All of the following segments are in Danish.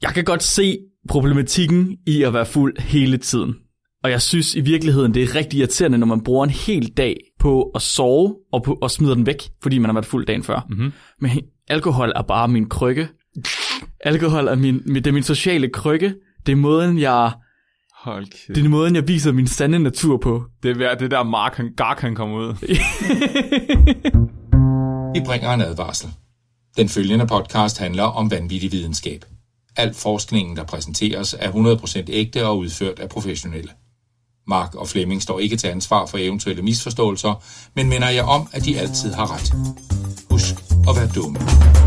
Jeg kan godt se problematikken i at være fuld hele tiden. Og jeg synes i virkeligheden, det er rigtig irriterende, når man bruger en hel dag på at sove og smider den væk, fordi man har været fuld dagen før. Mm-hmm. Men alkohol er bare min krykke. Alkohol er det er min sociale krykke. Det er måden, jeg viser min sande natur på. Det er det der Mark han kommer ud. Vi bringer en advarsel. Den følgende podcast handler om vanvittig videnskab. Al forskningen, der præsenteres, er 100% ægte og udført af professionelle. Mark og Flemming står ikke til ansvar for eventuelle misforståelser, men minder jer om, at de altid har ret. Husk at være dumme.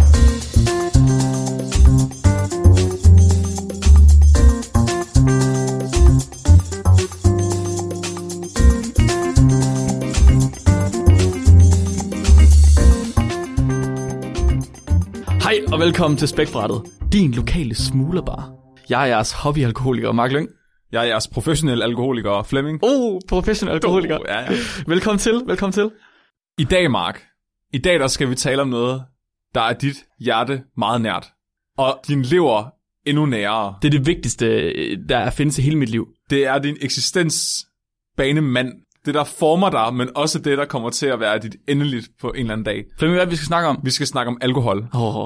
Hej og velkommen til Spækbrættet, din lokale smuglerbar. Jeg er jeres hobbyalkoholiker, Mark Lyng. Jeg er jeres professionelle alkoholiker, Flemming. Professionel alkoholiker. Ja. Velkommen til. I dag, Mark, der skal vi tale om noget, der er dit hjerte meget nært. Og din lever endnu nærere. Det er det vigtigste, der findes i hele mit liv. Det er din eksistensbanemand. Det, der former dig, men også det, der kommer til at være dit endeligt på en eller anden dag. Flemming, hvad vi skal snakke om? Vi skal snakke om alkohol.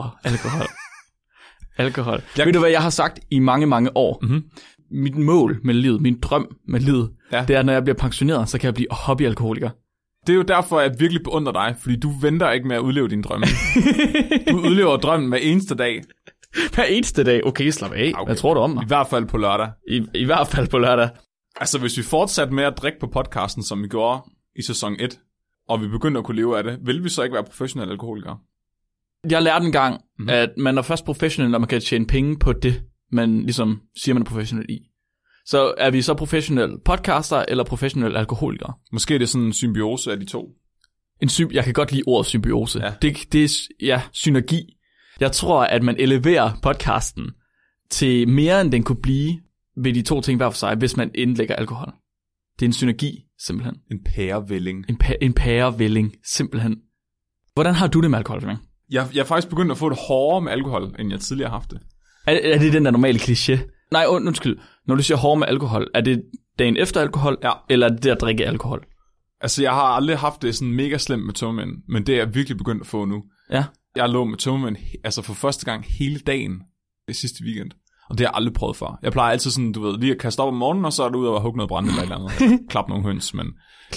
Alkohol. Ved du hvad, jeg har sagt i mange, mange år? Mm-hmm. Mit mål med livet, min drøm med livet, det er, når jeg bliver pensioneret, så kan jeg blive hobbyalkoholiker. Det er jo derfor, jeg virkelig beundrer dig, fordi du venter ikke med at udleve din drømme. Du udlever drømmen hver eneste dag. Hver eneste dag? Okay, slap af. Okay. Hvad tror du om mig? I hvert fald på lørdag. I hvert fald på lørdag. Altså, hvis vi fortsatte med at drikke på podcasten, som vi gjorde i sæson 1, og vi begyndte at kunne leve af det, vil vi så ikke være professionelle alkoholikere? Jeg lærte en gang, at man er først professionel, når man kan tjene penge på det, man ligesom siger, man er professionel i. Så er vi så professionelle podcaster eller professionelle alkoholikere? Måske er det sådan en symbiose af de to. Jeg kan godt lide ordet symbiose. Ja. Det er synergi. Jeg tror, at man eleverer podcasten til mere, end den kunne blive ved de to ting hver for sig, hvis man indlægger alkohol. Det er en synergi, simpelthen. En pærevælling. En pærevælling, simpelthen. Hvordan har du det med alkohol, Flemming? Jeg er faktisk begyndt at få det hårdere med alkohol, end jeg tidligere har haft det. Er det den der normale kliché? Nej, undskyld. Når du siger hårdere med alkohol, er det dagen efter alkohol, eller er det at drikke alkohol? Altså, jeg har aldrig haft det sådan mega slemt med tømmermænd, men det er jeg virkelig begyndt at få nu. Ja. Jeg lå med tømmermænd altså for første gang hele dagen det sidste weekend. Og det har jeg aldrig prøvet før. Jeg plejer altid sådan, du ved, lige at kaste op om morgenen, og så er du ude og hugge noget brænde eller et eller andet. Klap nogle høns, men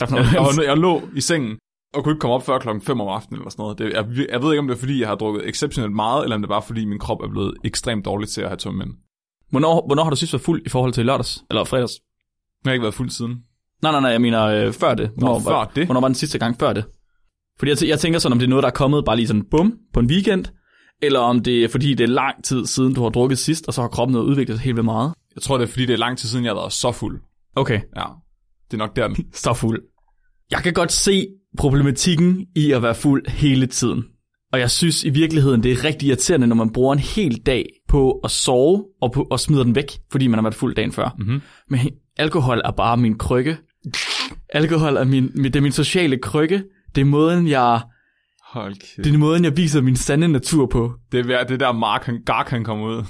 jeg lå i sengen og kunne ikke komme op før 5:00 om aftenen eller sådan noget. Jeg ved ikke, om det er, fordi jeg har drukket exceptionelt meget, eller om det er bare, fordi min krop er blevet ekstremt dårlig til at have tømmermænd. Hvornår har du sidst været fuld i forhold til lørdags eller fredags? Jeg har ikke været fuld siden. Nej, jeg mener før det. Hvornår var den sidste gang før det? Fordi jeg tænker sådan, om det er noget, der er kommet bare lige sådan bum på en weekend, eller om det er fordi, det er lang tid siden, du har drukket sidst, og så har kroppen noget udviklet sig helt vildt meget. Jeg tror, det er fordi, det er lang tid siden, jeg har været så fuld. Okay. Ja, det er nok der. Så fuld. Jeg kan godt se problematikken i at være fuld hele tiden. Og jeg synes i virkeligheden, det er rigtig irriterende, når man bruger en hel dag på at sove og smider den væk, fordi man har været fuld dagen før. Mm-hmm. Men alkohol er bare min krykke. Alkohol er det er min sociale krykke. Det er måden, jeg viser min sande natur på. Det er det der Mark han kommer ud.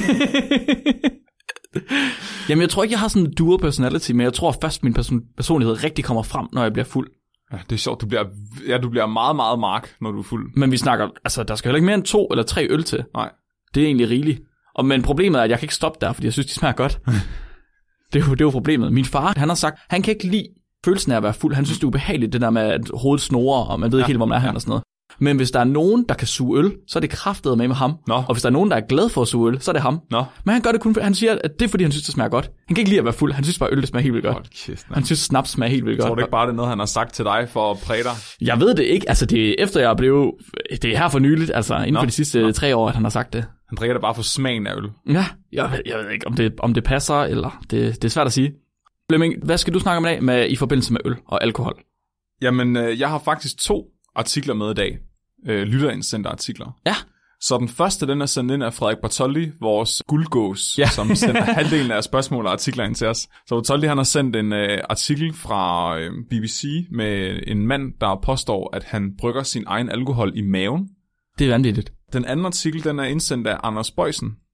Jamen, jeg tror ikke, jeg har sådan en dual personality, men jeg tror først, min personlighed rigtig kommer frem, når jeg bliver fuld. Ja, det er sjovt. Du bliver meget, meget Mark, når du er fuld. Men vi snakker, altså, der skal heller ikke mere end 2 eller 3 øl til. Nej. Det er egentlig rigeligt. Men problemet er, at jeg kan ikke stoppe der, fordi jeg synes, de smager godt. det er jo problemet. Min far, han har sagt, han kan ikke lide følelsen af at være fuld. Han synes, det er ubehageligt, det der med, at hovedet snorer, og man ved ikke helt, hvor man er hen og sådan noget. Men hvis der er nogen, der kan suge øl, så er det kraftedeme med ham. Nå. Og hvis der er nogen, der er glad for at suge øl, så er det ham. Nå. Men han gør det kun, han siger, at det er fordi, han synes, det smager godt. Han kan ikke lide at være fuld. Han synes bare, øl det smager helt vildt godt. Han synes, snaps smager helt vildt godt. Tror du ikke bare, det er noget, han har sagt til dig for at præge dig? Jeg ved det ikke. Altså, det er efter jeg blev... Det er her for nyligt, altså inden for de sidste 3 år, at han har sagt det. Han drikker det bare for smagen af øl. Ja, jeg ved ikke, om det passer, eller det er svært at sige. Flemming, hvad skal du snakke om i dag i forbindelse med øl og alkohol? Jamen, jeg har faktisk 2 artikler med i dag. Lytterindsendte artikler. Ja. Så den første, den er sendt ind af Frederik Bartholdi, vores guldgås, som sender halvdelen af spørgsmål og artikler ind til os. Så Bartholdi, han har sendt en artikel fra BBC med en mand, der påstår, at han brygger sin egen alkohol i maven. Det er vanvittigt. Den anden artikel, den er indsendt af Anders Boysen,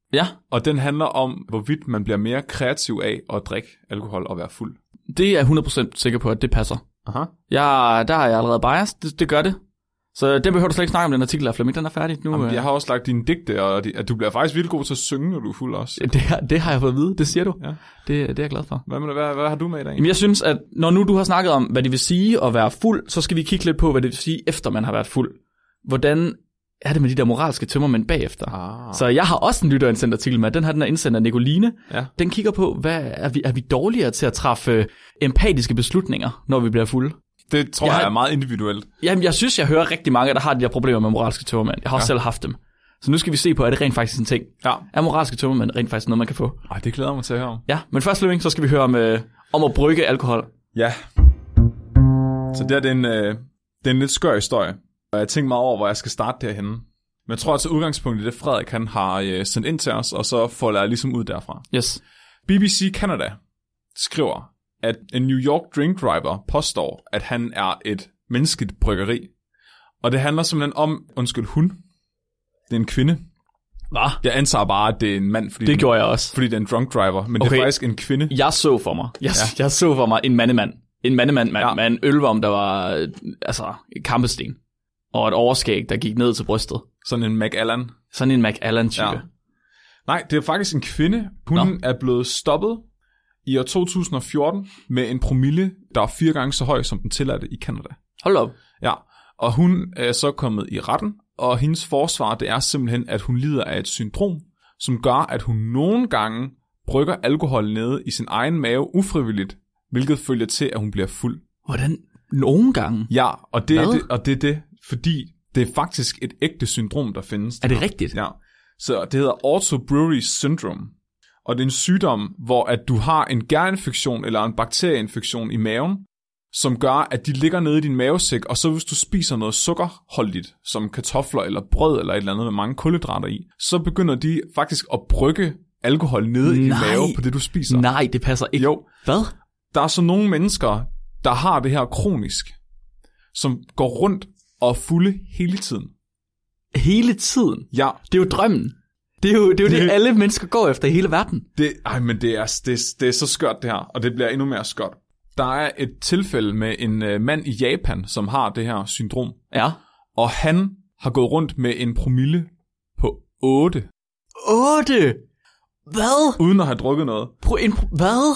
Ja. Og den handler om, hvorvidt man bliver mere kreativ af at drikke alkohol og være fuld. Det er jeg 100% sikker på, at det passer. Aha. Der er jeg allerede biased. Det gør det. Så den behøver du slet ikke snakke om, den artikel, Flemming. Den er færdig nu. Jamen, jeg har også lagt dine digte, og at du bliver faktisk vildt god til at synge, når du er fuld også. Det har jeg fået at vide. Det siger du. Ja. Det er jeg glad for. Hvad har du med i dag? Jamen, jeg synes, at når nu du har snakket om, hvad det vil sige at være fuld, så skal vi kigge lidt på, hvad det vil sige, efter man har været fuld. Hvordan er det med de der moralske tømmermænd bagefter? Så jeg har også en lytterindsendt artikel med. Den er indsendt af Nicoline. Ja. Den kigger på, hvad er vi dårligere til at træffe empatiske beslutninger, når vi bliver fulde? Det tror jeg er meget individuelt. Jamen, jeg synes, jeg hører rigtig mange, der har de der problemer med moralske tømmermænd. Jeg har også selv haft dem. Så nu skal vi se på, er det rent faktisk en ting? Ja. Er moralske tømmermænd rent faktisk noget, man kan få? Ej, det glæder mig til at høre om. Ja, men først, Flemming, så skal vi høre om at brygge alkohol. Ja. Så det er en lidt skør historie. Og jeg tænker meget over, hvor jeg skal starte derhenne. Men jeg tror, at til udgangspunkt i det, Frederik han har sendt ind til os, og så får jeg ligesom ud derfra. Yes. BBC Canada skriver, at en New York drink driver påstår, at han er et menneskeligt bryggeri. Og det handler simpelthen om, hun. Det er en kvinde. Hvad? Jeg antager bare, at det er en mand, fordi gjorde jeg også. Fordi det er en drunk driver, men det er faktisk en kvinde. Jeg så for mig en mandemand. En mandemand med en ølvom, der var kampesten. Og et overskæg, der gik ned til brystet. Sådan en McAllen. Sådan en McAllen-type. Ja. Nej, det er faktisk en kvinde. Hun er blevet stoppet i år 2014 med en promille, der er 4 gange så høj, som den tilladte i Canada. Hold op. Ja, og hun er så kommet i retten, og hendes forsvar, det er simpelthen, at hun lider af et syndrom, som gør, at hun nogle gange brygger alkohol nede i sin egen mave ufrivilligt, hvilket følger til, at hun bliver fuld. Hvordan? Nogle gange? Ja, og det er det, fordi det er faktisk et ægte syndrom, der findes. Er det rigtigt? Ja. Så det hedder Auto-Brewery Syndrome. Og det er en sygdom, hvor at du har en gærinfektion eller en bakterieinfektion i maven, som gør, at de ligger nede i din mavesæk, og så hvis du spiser noget sukkerholdigt, som kartofler eller brød eller et eller andet med mange kulhydrater i, så begynder de faktisk at brygge alkohol nede i din mave på det, du spiser. Nej, det passer ikke. Jo. Hvad? Der er så nogle mennesker, der har det her kronisk, som går rundt og er fulde hele tiden. Hele tiden? Ja. Det er jo drømmen. Det er jo det, alle mennesker går efter i hele verden. Men det er så skørt det her, og det bliver endnu mere skørt. Der er et tilfælde med en mand i Japan, som har det her syndrom. Ja. Og han har gået rundt med en promille på 8. 8? Hvad? Uden at have drukket noget. Hvad?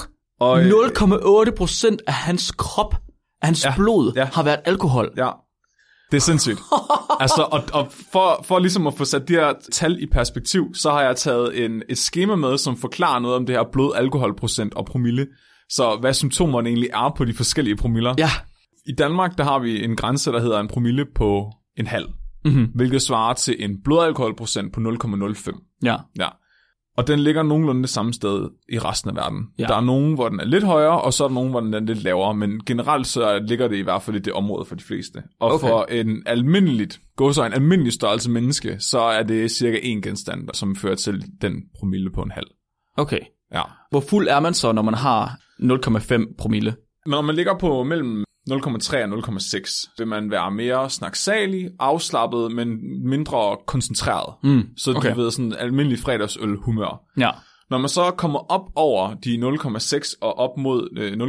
0,8% af hans krop, af hans blod, har været alkohol. Ja. Det er sindssygt. Altså, og for ligesom at få sat de her tal i perspektiv, så har jeg taget et skema med, som forklarer noget om det her blod-alkoholprocent og promille. Så hvad symptomerne egentlig er på de forskellige promiller. Ja. I Danmark, der har vi en grænse, der hedder en promille på 0,5. Hvilket svarer til en blodalkoholprocent på 0,05. Ja. Ja. Og den ligger nogenlunde det samme sted i resten af verden. Ja. Der er nogen, hvor den er lidt højere, og så er der nogen, hvor den er lidt lavere. Men generelt så ligger det i hvert fald i det område for de fleste. Og for en almindelig størrelse menneske, så er det cirka 1 genstand, som fører til den promille på 0,5. Okay. Ja. Hvor fuld er man så, når man har 0,5 promille? Men når man ligger på mellem 0,3 og 0,6, vil man være mere snaksalig, afslappet, men mindre koncentreret. Så du ved, sådan almindelig fredagsøl-humør. Ja. Når man så kommer op over de 0,6 og op mod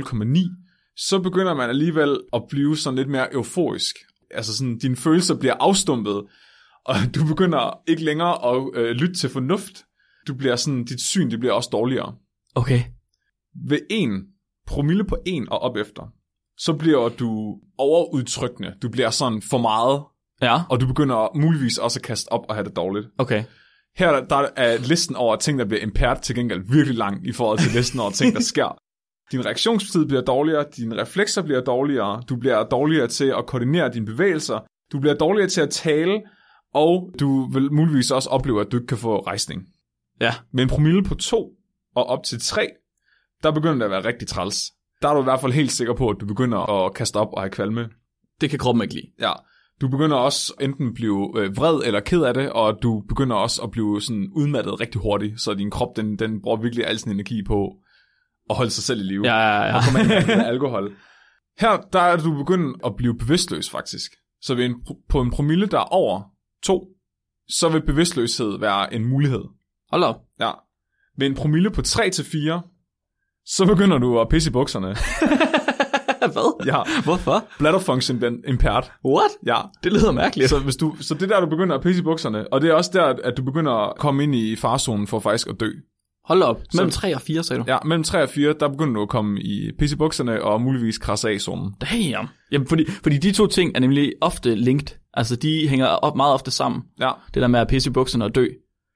0,9, så begynder man alligevel at blive sådan lidt mere euforisk. Altså sådan, dine følelser bliver afstumpet, og du begynder ikke længere at lytte til fornuft. Du bliver sådan, dit syn det bliver også dårligere. Okay. Ved 1 promille på 1 og op efter, så bliver du overudtrykkende. Du bliver sådan for meget. Ja. Og du begynder muligvis også at kaste op og have det dårligt. Okay. Her der er listen over ting, der bliver impaired til gengæld virkelig lang i forhold til listen over ting, der sker. Din reaktionstid bliver dårligere, dine reflekser bliver dårligere, du bliver dårligere til at koordinere dine bevægelser, du bliver dårligere til at tale, og du vil muligvis også opleve, at du ikke kan få rejsning. Ja. Med en promille på 2 og op til 3, der begynder det at være rigtig træls. Der er du i hvert fald helt sikker på, at du begynder at kaste op og have kvalme. Det kan kroppen ikke lide. Ja. Du begynder også enten blive vred eller ked af det, og du begynder også at blive sådan udmattet rigtig hurtigt, så din krop den bruger virkelig al sin energi på at holde sig selv i live. Ja. Og komme af med alkohol. Her der er du begyndt at blive bevidstløs faktisk. Så ved på en promille, der er over 2, så vil bevidstløshed være en mulighed. Hold op. Ja. Ved en promille på 3-4, så begynder du at pisse i bukserne. Hvad? Ja. Hvorfor? Bladder function impaired. What? Ja. Det lyder mærkeligt. Så det er der, du begynder at pisse i bukserne, og det er også der, at du begynder at komme ind i farezonen for faktisk at dø. Hold op. Mellem 3 og 4, sagde du? Ja, mellem 3 og 4, der begynder du at komme i pisse i bukserne og muligvis krasse af zonen. Damn. Jamen, fordi de to ting er nemlig ofte linked. Altså, de hænger meget ofte sammen. Ja. Det der med at pisse i bukserne og dø.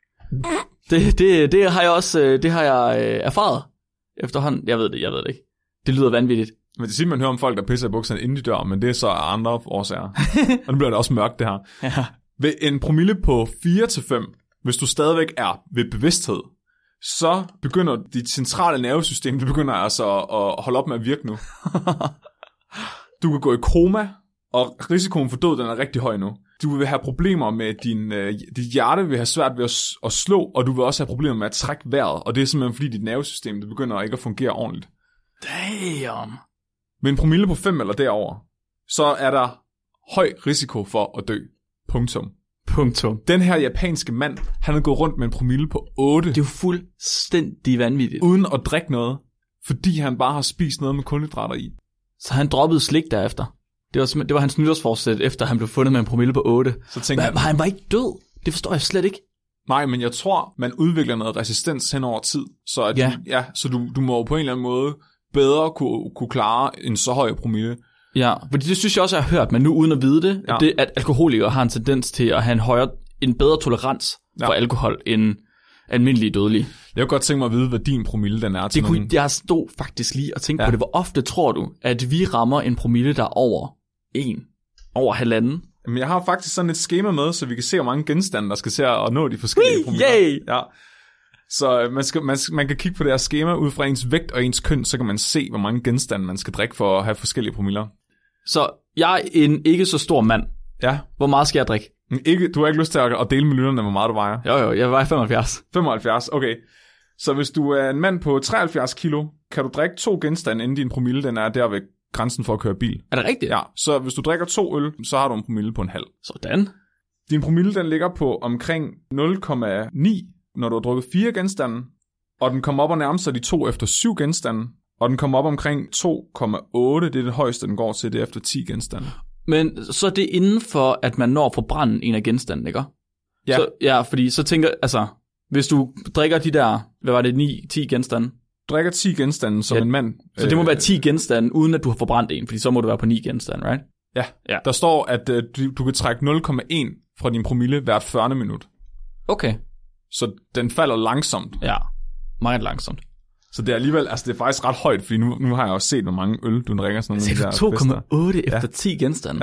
Det har jeg også erfaret efterhånden. Jeg ved det ikke. Det lyder vanvittigt. Men det siger, man hører om folk, der pisser i bukserne inden de dør, men det er så andre årsager. Og nu bliver det også mørkt, det her. Ja. Ved en promille på 4-5, hvis du stadigvæk er ved bevidsthed, så begynder dit centrale nervesystem, det begynder altså at holde op med at virke nu. Du kan gå i koma, og risikoen for død, den er rigtig høj nu. Du vil have problemer med dit hjerte, vil have svært ved at slå, og du vil også have problemer med at trække vejret, og det er simpelthen fordi dit nervesystem, det begynder ikke at fungere ordentligt. Damn. Med en promille på 5 eller derover, så er der høj risiko for at dø. Punktum. Den her japanske mand, han har gået rundt med en promille på 8. Det er jo fuldstændig vanvittigt. Uden at drikke noget, fordi han bare har spist noget med kulhydrater i. Så han droppede slik derefter. Det var hans nytårsforsæt, efter han blev fundet med en promille på 8. Så tænkte han var ikke død? Det forstår jeg slet ikke. Nej, men jeg tror, man udvikler noget resistens hen over tid. Så, så du må på en eller anden måde bedre kunne klare en så høj promille. Ja, fordi det synes jeg også, jeg har hørt, men nu uden at vide det, det at alkoholikere har en tendens til at have en bedre tolerans for alkohol end almindelige dødelige. Jeg kunne godt tænke mig at vide, hvad din promille den er. Jeg stod faktisk lige og tænkte på det. Hvor ofte tror du, at vi rammer en promille, der er over 1? Over 1,5? Jamen, jeg har faktisk sådan et skema med, så vi kan se, hvor mange genstande, der skal til at nå de forskellige promiller. Yay! Ja. Så man kan kigge på det her skema ud fra ens vægt og ens køn, så kan man se, hvor mange genstande man skal drikke for at have forskellige promiller. Så jeg er en ikke så stor mand. Ja. Hvor meget skal jeg drikke? Du har ikke lyst til at dele med lytterne, hvor meget du vejer? Jo, jeg vejer 75. 75, okay. Så hvis du er en mand på 73 kilo, kan du drikke 2 genstande, inden din promille den er der ved grænsen for at køre bil. Er det rigtigt? Ja, så hvis du drikker 2 øl, så har du en promille på 0,5. Sådan. Din promille den ligger på omkring 0,9, når du har drukket 4 genstande, og den kommer op og nærmer sig de 2 efter 7 genstande, og den kommer op omkring 2,8, det er det højeste, den går til, det er efter 10 genstande. Men så er det inden for, at man når at forbrænde en af genstanden, ikke? Ja. Fordi så tænker, altså, hvis du drikker de der, hvad var det, 9-10 genstande? Drikker 10 genstande som en mand. Så det må være 10 genstande, uden at du har forbrændt en, fordi så må du være på 9 genstande, right? Ja. Der står, at du kan trække 0,1 fra din promille hvert 40 minut. Okay. Så den falder langsomt. Ja, meget langsomt. Så det er alligevel, altså det er faktisk ret højt, fordi nu har jeg også set, hvor mange øl du drikker sådan noget. 2,8 efter 10 genstande?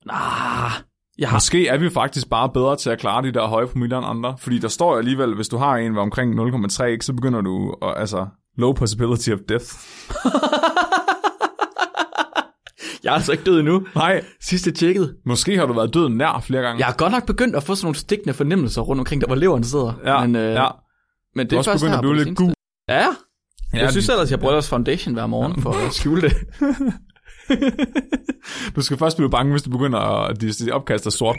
Ja. Måske er vi faktisk bare bedre til at klare de der høje promiller end andre, fordi der står jo alligevel, hvis du har en ved omkring 0,3, så begynder du at, low possibility of death. Jeg er altså ikke død endnu. Nej. Sidste tjekket. Måske har du været død nær flere gange. Jeg har godt nok begyndt at få sådan nogle stikkende fornemmelser rundt omkring, der hvor leveren sidder. Ja, men det er også begyndt at blive lidt gul. Ja. Jeg synes ellers, jeg bruger deres foundation hver morgen for at skjule det. Du skal først blive bange, hvis du begynder at de opkaster sort.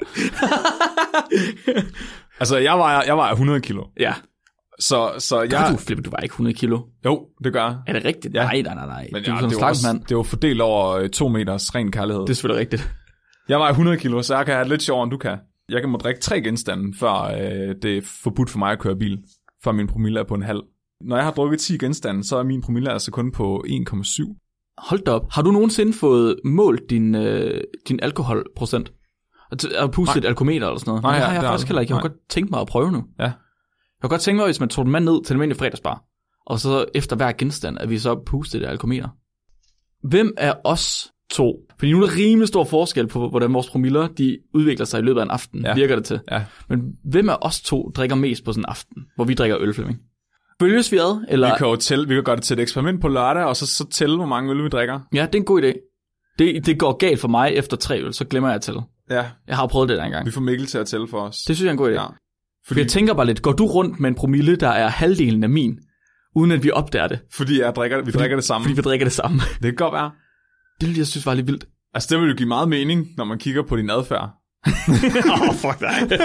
Altså, jeg vejer 100 kilo. Ja. Så jeg... Du vejer ikke 100 kilo? Jo, det gør jeg. Er det rigtigt? Ja. Nej. Men det var fordelt over 2 meters ren kærlighed. Det er selvfølgelig rigtigt. Jeg vejer 100 kilo, så jeg kan have det lidt sjovere, end du kan. Jeg kan må drikke 3 genstande, før det er forbudt for mig at køre bil. Før min promille er på 0,5. Når jeg har drukket 10 genstande, så er min promille altså kun på 1,7. Hold da op. Har du nogensinde fået målt din alkoholprocent? At puste et alkometer eller sådan noget? Nej, har jeg faktisk heller ikke. Jeg har godt tænkt mig at prøve nu. Ja. Jeg har godt tænkt mig, hvis man tog den med ned til en almindelig fredagsbar, og så efter hver genstand, at vi så pustede det alkometer. Hvem er os to? Fordi nu er der rimelig stor forskel på, hvordan vores promiller, de udvikler sig i løbet af en aften, virker det til. Ja. Men hvem af os to drikker mest på sådan en aften, hvor vi drikker øl, Flemming? Følges vi ad? Eller? Vi kan jo tælle, vi kan gøre det til et eksperiment på lørdag, og så tælle, hvor mange øl vi drikker. Ja, det er en god idé. Det går galt for mig efter 3 øl, så glemmer jeg at tælle. Ja. Jeg har prøvet det der engang. Vi får Mikkel til at tælle for os. Det synes jeg er en god idé. Ja. Fordi jeg tænker bare lidt, går du rundt med en promille, der er halvdelen af min, uden at vi opdager det? Fordi vi drikker det samme. Fordi vi drikker det samme. Det kan godt være. Det ville jeg synes var lidt vildt. Altså det vil jo give meget mening, når man kigger på din adfærd. Fuck dig.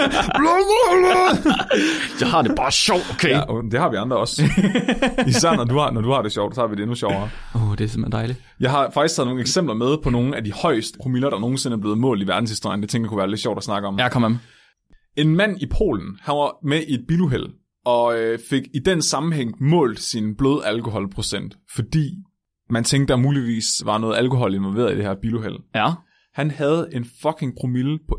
Jeg har det bare sjovt, okay? Ja, det har vi andre også. Især når du har det sjovt, så har vi det endnu sjovere. Det er simpelthen dejligt. Jeg har faktisk taget nogle eksempler med på nogle af de højeste promiller, der nogensinde er blevet målt i verdenshistorien. Det tænker jeg kunne være lidt sjovt at snakke om. Ja, kom an. En mand i Polen, han var med i et biluheld, og fik i den sammenhæng målt sin blodalkoholprocent, fordi man tænkte, der muligvis var noget alkohol involveret i det her biluheld. Ja. Han havde en fucking promille på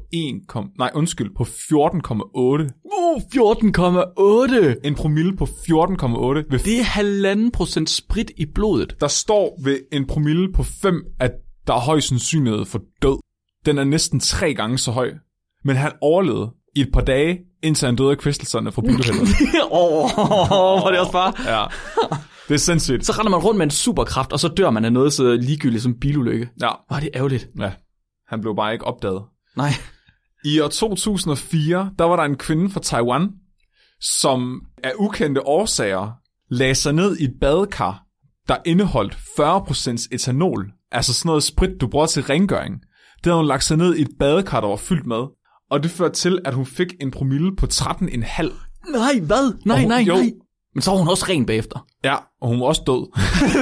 14,8. 14,8! En promille på 14,8. Det er 1,5% sprit i blodet. Der står ved en promille på 5, at der er høj sandsynlighed for død. Den er næsten 3 gange så høj. Men han overlevede i et par dage, indtil han døde af kvæstelserne fra biluheldet. Var det også bare? Ja. Det er sindssygt. Så render man rundt med en superkraft, og så dør man af noget så ligegyldigt som bilulykke. Ja. Det er ærgerligt. Ja. Han blev bare ikke opdaget. Nej. I år 2004, der var der en kvinde fra Taiwan, som af ukendte årsager lagde sig ned i et badekar, der indeholdt 40% etanol. Altså sådan noget sprit, du bruger til rengøring. Det havde hun lagt sig ned i et badekar, der var fyldt med. Og det førte til, at hun fik en promille på 13,5. Nej, hvad? Nej. Men så var hun også ren bagefter. Ja, og hun var også død.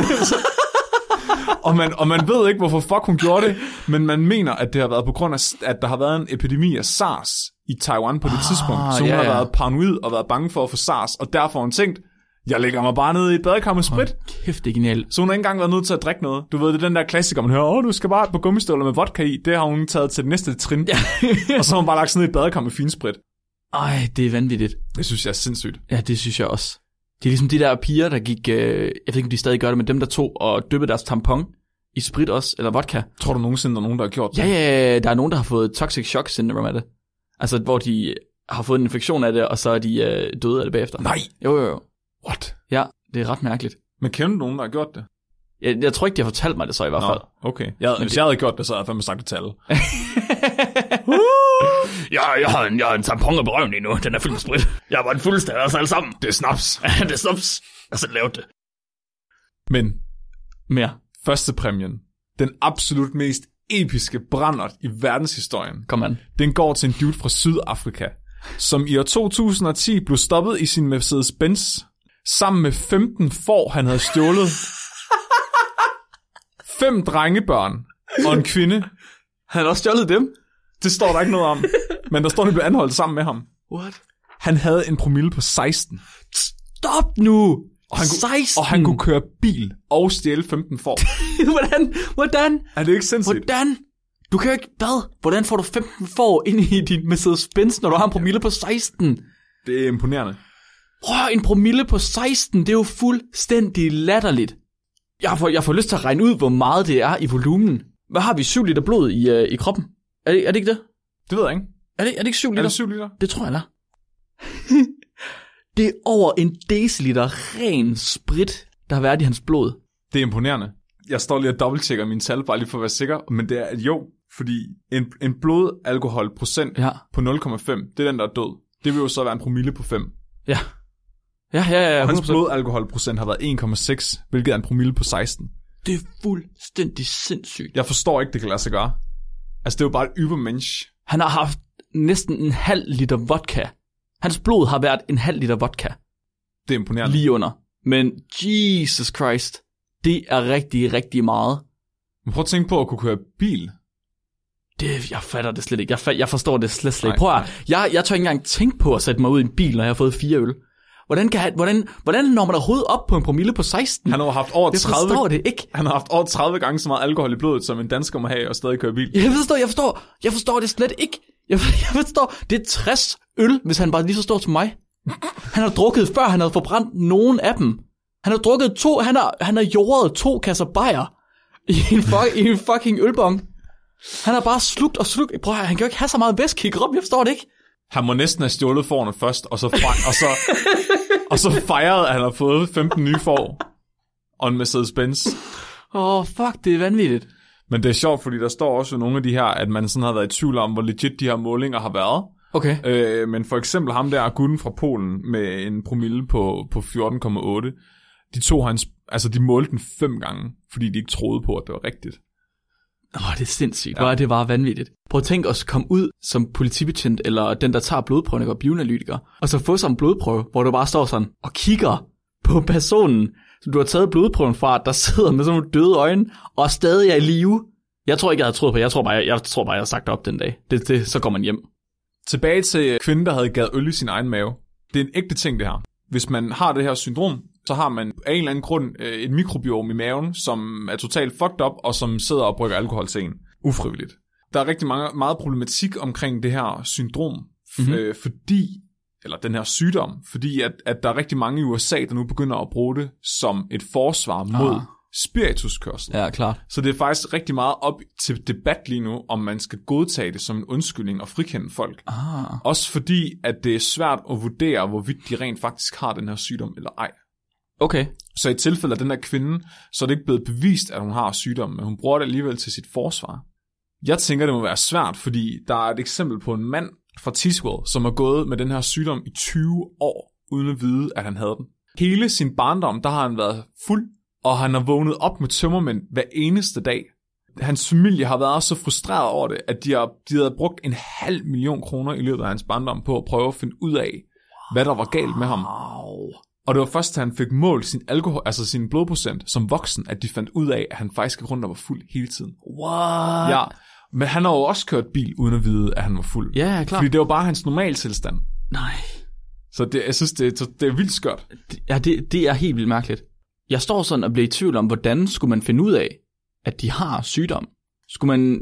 og man ved ikke, hvorfor fuck hun gjorde det, men man mener, at det har været på grund af, at der har været en epidemi af SARS i Taiwan på det tidspunkt. Så hun har været paranoid og været bange for at få SARS, og derfor har hun tænkt, jeg lægger mig bare ned i et badekar med sprit. Kæft, det er genialt. Så hun har ikke engang været nødt til at drikke noget. Du ved, det er den der klassiker, man hører, du skal bare på gummistøvler med vodka i. Det har hun taget til det næste trin. Og så har hun bare lagt sig ned i et badekar med finsprit. Ej, det er vanvittigt. Det synes jeg er sindssygt. Ja, det synes jeg også. Det er ligesom de der piger, der gik, jeg ved ikke, om de stadig gør det, men dem, der tog og dyppede deres tampon i sprit også, eller vodka. Tror du nogensinde, der er nogen, der har gjort det? Ja, der er nogen, der har fået toxic shock syndrome af det. Altså, hvor de har fået en infektion af det, og så er de døde af det bagefter. Nej! Jo. What? Ja, det er ret mærkeligt. Men kender du nogen, der har gjort det? Jeg tror ikke, de har fortalt mig det så i hvert fald. Okay. Hvis jeg havde gjort det, så havde jeg fandme sagt det til alle. Jeg har en tampon af berøven lige nu. Den er fyldt med sprit. Jeg var en fuldstændig af os alle sammen. Det er snaps. Det er snaps. Jeg har lavet det. Men mere. Første præmien. Den absolut mest episke brændert i verdenshistorien. Kom an. Den går til en dude fra Sydafrika, som i år 2010 blev stoppet i sin Mercedes-Benz sammen med 15 får, han havde stjålet. 5 drengebørn og en kvinde. Han har også stjålet dem? Det står der ikke noget om. Men der står, at de blev anholdt sammen med ham. What? Han havde en promille på 16. Stop nu! Og han 16? Og han kunne køre bil og stjæle 15 får. Hvordan? Er det ikke sindssygt? Hvordan? Du kan jo ikke... Hvad? Hvordan får du 15 får ind i din Mercedes-Benz, når du har en promille på 16? Det er imponerende. En promille på 16, det er jo fuldstændig latterligt. Jeg får lyst til at regne ud, hvor meget det er i volumen. Hvad har vi? 7 liter blod i kroppen? Er det ikke det? Det ved jeg ikke. Er det ikke 7 liter? Er det 7 liter? Det tror jeg, der. Det er over 1 deciliter ren sprit, der har været i hans blod. Det er imponerende. Jeg står lige og dobbelttjekker mine tal, bare lige for at være sikker. Men det er jo, fordi en blodalkoholprocent på 0,5, det er den, der er død. Det vil jo så være en promille på 5. Ja. Ja. Og hans blodalkoholprocent har været 1,6, hvilket er en promille på 16. Det er fuldstændig sindssygt. Jeg forstår ikke, det kan lade sig gøre. Altså, det er jo bare et übermensch. Han har haft næsten 0,5 liter vodka. Hans blod har været 0,5 liter vodka. Det er imponerende. Lige under. Men Jesus Christ, det er rigtig, rigtig meget. Men prøv at tænke på at kunne køre bil. Jeg fatter det slet ikke. Jeg forstår det slet ikke. Prøv at, jeg tør ikke engang tænke på at sætte mig ud i en bil, når jeg har fået 4 øl. Hvordan når man overhovedet op på en promille på 16? Han har haft over 30. Jeg forstår det ikke. Han har haft over 30 gange så meget alkohol i blodet, som en dansker må have og stadig køre bil. Jeg forstår det slet ikke. Jeg forstår, det er 60 øl, hvis han bare lige så stor som mig. Han har drukket, før han havde forbrændt nogen af dem. Han har drukket 2, han har jordet 2 kasser bajer i en fucking ølbong. Han har bare slugt og slugt. Prøv, han kan jo ikke have så meget væske i kroppen, jeg forstår det ikke. Han må næsten have stjålet fårene først, og så fejrede, at han har fået 15 nye får og en Mercedes-Benz. Fuck, det er vanvittigt. Men det er sjovt, fordi der står også nogle af de her, at man sådan har været i tvivl om, hvor legit de her målinger har været. Okay. Men for eksempel ham der, gutten fra Polen, med en promille på 14,8. De målte den 5 gange, fordi de ikke troede på, at det var rigtigt. Det er sindssygt. Ja. Det var vanvittigt. Prøv at tænke os komme ud som politibetjent, eller den, der tager blodprøven, og bioanalytiker, og så få sådan en blodprøve, hvor du bare står sådan og kigger på personen, som du har taget blodprøven fra, der sidder med sådan nogle døde øjne, og stadig er i live. Jeg tror ikke, jeg havde troet på. Jeg tror bare, jeg havde sagt op den dag. Så går man hjem. Tilbage til kvinden, der havde gavet øl i sin egen mave. Det er en ægte ting, det her. Hvis man har det her syndrom, så har man af en eller anden grund et mikrobiom i maven, som er totalt fucked up, og som sidder og brygger alkohol til en. Ufrivilligt. Der er rigtig meget problematik omkring det her syndrom, fordi, eller den her sygdom, fordi at der er rigtig mange i USA, der nu begynder at bruge det som et forsvar mod spirituskørsel. Ja, klart. Så det er faktisk rigtig meget op til debat lige nu, om man skal godtage det som en undskyldning og frikende folk. Også fordi, at det er svært at vurdere, hvorvidt de rent faktisk har den her sygdom eller ej. Okay. Så i tilfælde af den her kvinde, så er det ikke blevet bevist, at hun har sygdommen, men hun bruger det alligevel til sit forsvar. Jeg tænker, det må være svært, fordi der er et eksempel på en mand fra Tiswell, som har gået med den her sygdom i 20 år, uden at vide, at han havde den. Hele sin barndom, der har han været fuld, og han har vågnet op med tømmermænd hver eneste dag. Hans familie har været så frustreret over det, at de havde brugt 500.000 kroner i løbet af hans barndom på at prøve at finde ud af, hvad der var galt med ham. Og det var først, da han fik målt sin alkohol, altså sin blodprocent som voksen, at de fandt ud af, at han faktisk gik rundt og var fuld hele tiden. What? Ja, men han har jo også kørt bil, uden at vide, at han var fuld. Ja, klart. Fordi det var bare hans normaltilstand. Nej. Så jeg synes, det er vildt skørt. Ja, det er helt vildt mærkeligt. Jeg står sådan og bliver i tvivl om, hvordan skulle man finde ud af, at de har sygdom? Skulle man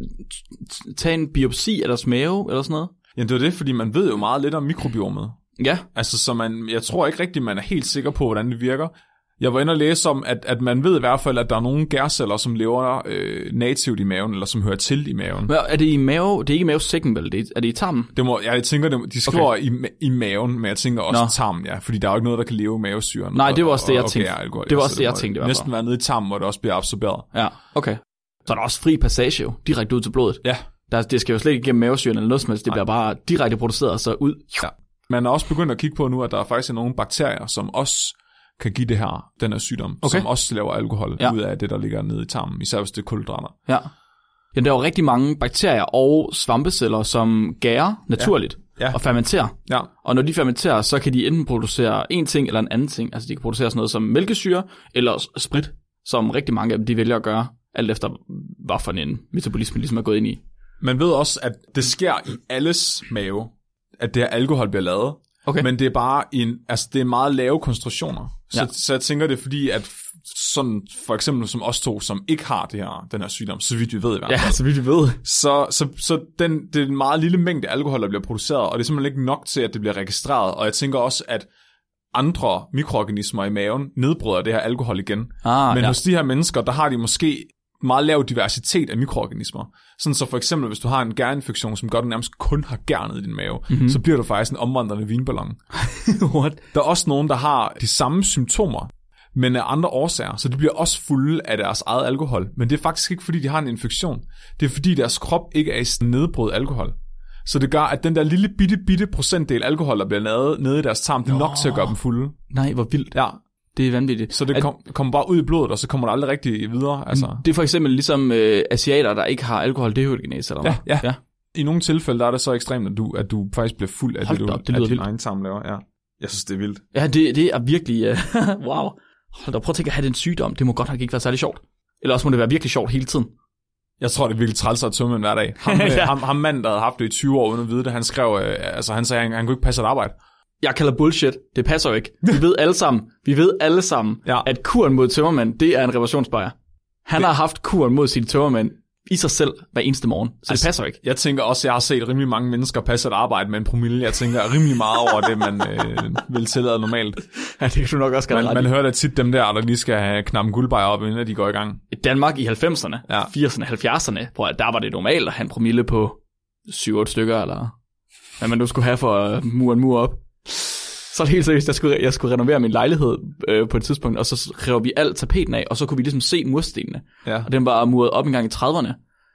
tage en biopsi af deres mave eller sådan noget? Ja, det er det, fordi man ved jo meget lidt om mikrobiomet. Ja. Altså, så jeg tror ikke rigtigt, man er helt sikker på, hvordan det virker. Jeg var inde og læse om, at man ved i hvert fald, at der er nogle gærceller, som lever nativt i maven, eller som hører til i maven. Men er det i mave? Det er ikke i mavesækken, vel? Er det i tarmen? Jeg tænker, de skriver i maven, men jeg tænker også tarmen, ja. Fordi der er jo ikke noget, der kan leve i mavesyren. Nej, det var også det, jeg tænkte. Det var også det, jeg tænkte. Næsten være nede i tarmen, hvor det også bliver absorberet. Ja, okay. Så er der også fri passage jo, direkte ud til blodet. Ja. Det skal jo slet ikke igennem mavesyren eller noget som helst. Det bliver bare direkte produceret og så ud. Ja. Man er også begyndt at kigge på nu, at der faktisk er nogle bakterier, som også kan give den her sygdom, som også laver alkohol ud af det, der ligger nede i tarmen, især hvis det er kulhydrater. Ja. Ja, der er jo rigtig mange bakterier og svampeceller, som gærer naturligt og fermenterer. Ja. Og når de fermenterer, så kan de enten producere en ting eller en anden ting. Altså de kan producere sådan noget som mælkesyre eller sprit, som rigtig mange af dem de vælger at gøre, alt efter hvad for en metabolisme ligesom er gået ind i. Man ved også, at det sker i alles mave, at det her alkohol bliver lavet. Okay. Men det er bare det er meget lave koncentrationer. Så jeg tænker det er fordi, at sådan for eksempel som os to, som ikke har den her sygdom, så vidt vi ved i hvert fald. Ja, så vidt vi ved. Så det er en meget lille mængde alkohol, der bliver produceret, og det er simpelthen ikke nok til, at det bliver registreret. Og jeg tænker også, at andre mikroorganismer i maven nedbryder det her alkohol igen. Men hos de her mennesker, der har de måske meget lav diversitet af mikroorganismer. Sådan så for eksempel, hvis du har en gærinfektion, som gør, at du nærmest kun har gær nede i din mave, så bliver du faktisk en omvandrende vinballon. What? Der er også nogen, der har de samme symptomer, men af andre årsager, så de bliver også fulde af deres eget alkohol. Men det er faktisk ikke, fordi de har en infektion. Det er, fordi deres krop ikke er i nedbrudt alkohol. Så det gør, at den der lille bitte procentdel alkohol, der bliver lavet nede i deres tarm, det er nok til at gøre dem fulde. Nej, hvor vildt. Ja. Det er vanvittigt. Så det kommer bare ud i blodet, og så kommer der aldrig rigtig videre. Altså. Det er for eksempel ligesom asiater, der ikke har alkoholdehydrogenase, eller hvad? Ja. I nogle tilfælde der er det så ekstremt, at du faktisk bliver fuld af din egen tarm laver. Ja. Jeg synes, det er vildt. Ja, det er virkelig... wow. Hold da, prøv at tænke at have den sygdom. Det må godt nok ikke være særlig sjovt. Eller også må det være virkelig sjovt hele tiden. Jeg tror, det er virkelig træls at tømme hver dag. Ham manden, der havde haft det i 20 år uden at vide det, han skrev... han sagde, han kunne ikke passe et arbejde. Jeg kalder bullshit. Det passer jo ikke. Vi ved alle sammen, at kuren mod tømmermænd, det er en reparationsbejer. Han har haft kuren mod sine tømmermænd i sig selv hver eneste morgen. Så det passer ikke. Jeg tænker også, jeg har set rimelig mange mennesker passe et arbejde med en promille. Jeg tænker rimelig meget over det, man vil tillade normalt. Ja, det kan du nok også man hører da tit dem der lige skal have knappen guldbejer op, inden de går i gang. I Danmark i 90'erne, 80'erne, 70'erne, der var det normalt at have en promille på 7-8 stykker, eller hvad man nu skulle have for at mure en mur op. Så er det helt seriøst, jeg skulle renovere min lejlighed på et tidspunkt, og så rev vi alt tapeten af, og så kunne vi ligesom se murstenene. Ja. Og den var muret op en gang i 30'erne.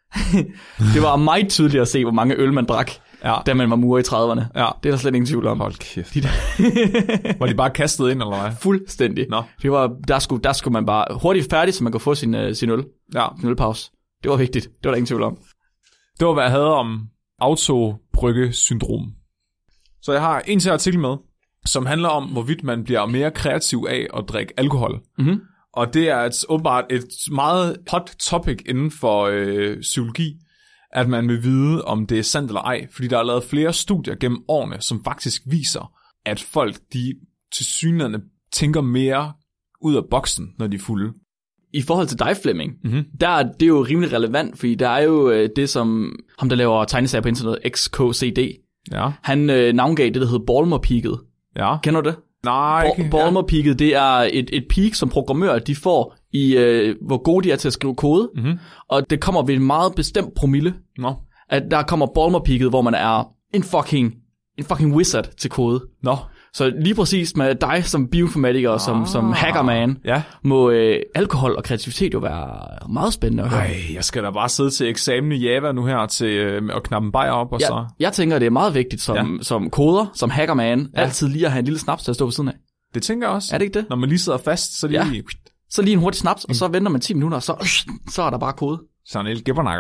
Det var meget tydeligt at se, hvor mange øl man drak, da man var muret i 30'erne. Ja. Det er der slet ingen tvivl om. Hold kæft. Var de bare kastet ind, eller hvad? Fuldstændig. Det var, der skulle man bare hurtigt færdig, så man kunne få sin øl. Ja. Sin ølpause. Det var vigtigt. Det var der ingen tvivl om. Det var, hvad jeg havde om autobryggesyndrom. Så jeg har en til artikel med, som handler om, hvorvidt man bliver mere kreativ af at drikke alkohol. Mm-hmm. Og det er åbenbart et meget hot topic inden for psykologi, at man vil vide, om det er sandt eller ej. Fordi der er lavet flere studier gennem årene, som faktisk viser, at folk, de tilsyneladende tænker mere ud af boksen, når de er fulde. I forhold til dig, Flemming, der er det jo rimelig relevant, fordi der er jo det, som ham, der laver tegneserier på internet, XKCD, han navngav det, der hedder Balmer-peaket. Ja. Kender du det? Nej. Balmer-peaket, det er et peak, som programmører, de får i, hvor gode de er til at skrive kode. Mm-hmm. Og det kommer ved en meget bestemt promille. No. At der kommer Balmer-peaket, hvor man er en fucking wizard til kode. No. Så lige præcis med dig som bioinformatiker, som hackerman, må alkohol og kreativitet jo være meget spændende at høre. Ej, jeg skal da bare sidde til eksamen i Java nu her til at knappe en bajer op. Og så. Jeg tænker, det er meget vigtigt som koder, som hackerman, altid lige at have en lille snaps til at stå ved siden af. Det tænker jeg også. Er det ikke det? Når man lige sidder fast, så lige... Så lige en hurtig snaps, og så venter man 10 minutter, og så er der bare kode. Sådan en lille gæbbernakker.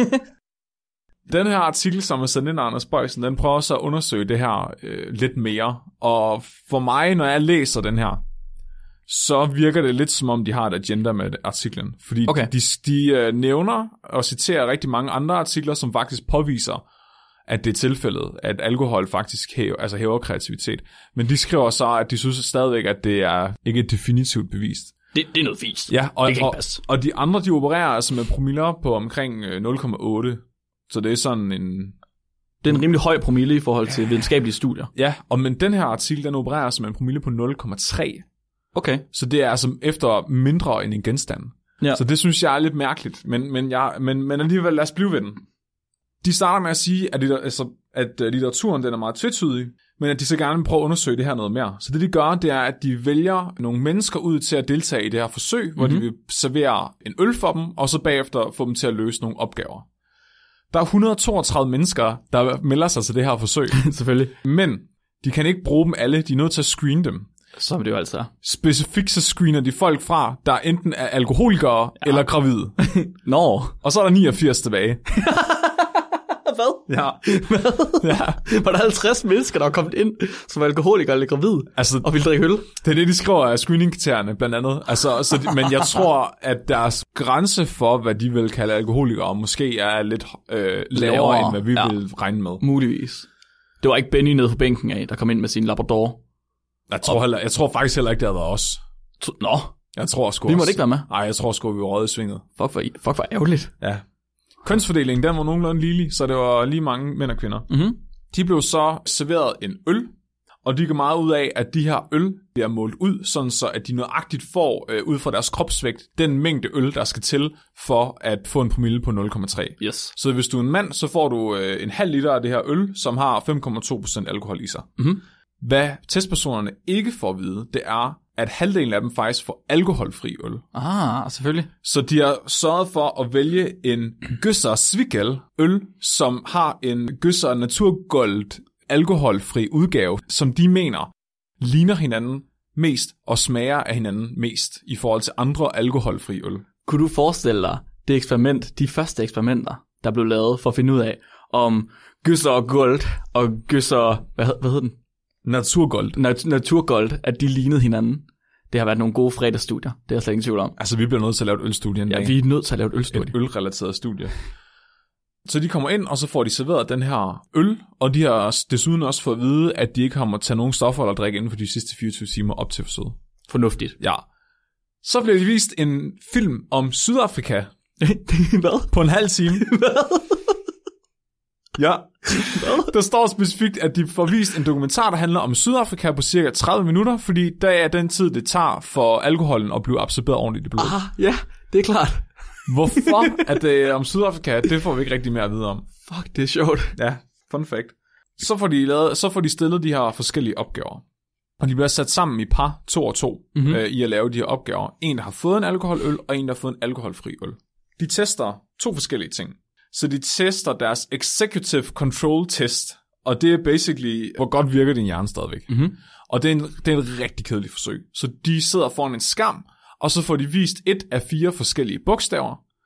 Den her artikel, som er sendt ind af Anders Bøjsen, den prøver så at undersøge det her lidt mere. Og for mig, når jeg læser den her, så virker det lidt som om, de har et agenda med artiklen. Fordi de nævner og citerer rigtig mange andre artikler, som faktisk påviser, at det er tilfældet, at alkohol faktisk hæver kreativitet. Men de skriver så, at de synes stadigvæk, at det er ikke et definitivt bevist. Det er noget fisk. Ja, det kan ikke passe. Og de andre, de opererer altså med promiller på omkring 0,8. Så det er sådan en... Det er en rimelig høj promille i forhold til videnskabelige studier. Ja, men den her artikel, den opererer som en promille på 0,3. Okay. Så det er altså efter mindre end en genstand. Ja. Så det synes jeg er lidt mærkeligt. Men alligevel, lad os blive ved den. De starter med at sige, at litteraturen den er meget tvetydig, men at de så gerne vil prøve at undersøge det her noget mere. Så det de gør, det er, at de vælger nogle mennesker ud til at deltage i det her forsøg, hvor de vil servere en øl for dem, og så bagefter få dem til at løse nogle opgaver. Der er 132 mennesker, der melder sig til det her forsøg. Selvfølgelig. Men de kan ikke bruge dem alle. De er nødt til at screene dem. Så er det jo altså. Specifikt så screener de folk fra, der enten er alkoholikere eller gravide. Nå. Og så er der 89 tilbage. Hvad? Ja. Var der 50 mennesker, der er kommet ind som alkoholikere eller gravide og ville drikke øl? Det er det, de skriver af screening-kriterierne, blandt andet. Men jeg tror, at deres grænse for, hvad de vil kalde alkoholikere, måske er lidt lavere, end hvad vi vil regne med. Muligvis. Det var ikke Benny nede på bænken af, der kom ind med sin Labrador. Jeg tror faktisk heller ikke, det havde været os. Nå. Jeg tror sgu vi måtte ikke være med. Nej, jeg tror sgu, vi var røget i svinget. Fuck for ærgerligt. Ja. Kønsfordelingen, den var nogenlunde ligelig, så det var lige mange mænd og kvinder. Mm-hmm. De blev så serveret en øl, og de går meget ud af, at de her øl bliver målt ud, sådan så at de nøjagtigt får, ud fra deres kropsvægt, den mængde øl, der skal til for at få en promille på 0,3. Yes. Så hvis du er en mand, så får du en halv liter af det her øl, som har 5,2% alkohol i sig. Mm-hmm. Hvad testpersonerne ikke får at vide, det er, at halvdelen af dem faktisk får alkoholfri øl. Selvfølgelig. Så de har sørget for at vælge en Gösser Zwickel øl, som har en Gösser Naturgold alkoholfri udgave, som de mener ligner hinanden mest og smager af hinanden mest i forhold til andre alkoholfri øl. Kunne du forestille dig de første eksperimenter, der blev lavet for at finde ud af, om Gösser Gold og Gösser, hvad hed den? Naturgold. Naturgold, at de lignede hinanden. Det har været nogle gode fredagsstudier. Det er jeg slet ingen tvivl om. Altså, vi bliver nødt til at lave et ølstudie en dag. Ja, vi er nødt til at lave et ølstudie. Et ølrelateret studie. Så de kommer ind, og så får de serveret den her øl, og de har desuden også fået at vide, at de ikke har måttet tage nogen stoffer eller drikke inden for de sidste 24 timer op til forsøget. Fornuftigt. Ja. Så bliver de vist en film om Sydafrika. Hvad? På en halv time. Hvad? Ja. Der står specifikt, at de får vist en dokumentar, der handler om Sydafrika på cirka 30 minutter, fordi der er den tid, det tager for alkoholen at blive absorberet ordentligt i blodet. Ja, det er klart. Hvorfor at det er om Sydafrika, det får vi ikke rigtig mere at vide om. Fuck, det er sjovt. Ja, fun fact. Så får de stillet de her forskellige opgaver. Og de bliver sat sammen i par 2 og 2 i at lave de her opgaver. En, der har fået en alkoholøl, og en, der har fået en alkoholfri øl. De tester 2 forskellige ting. Så de tester deres executive control test, og det er basically, hvor godt virker din hjerne stadigvæk. Mm-hmm. Og det er en rigtig kedelig forsøg. Så de sidder foran en skærm, og så får de vist 1 af 4 forskellige bogstaver,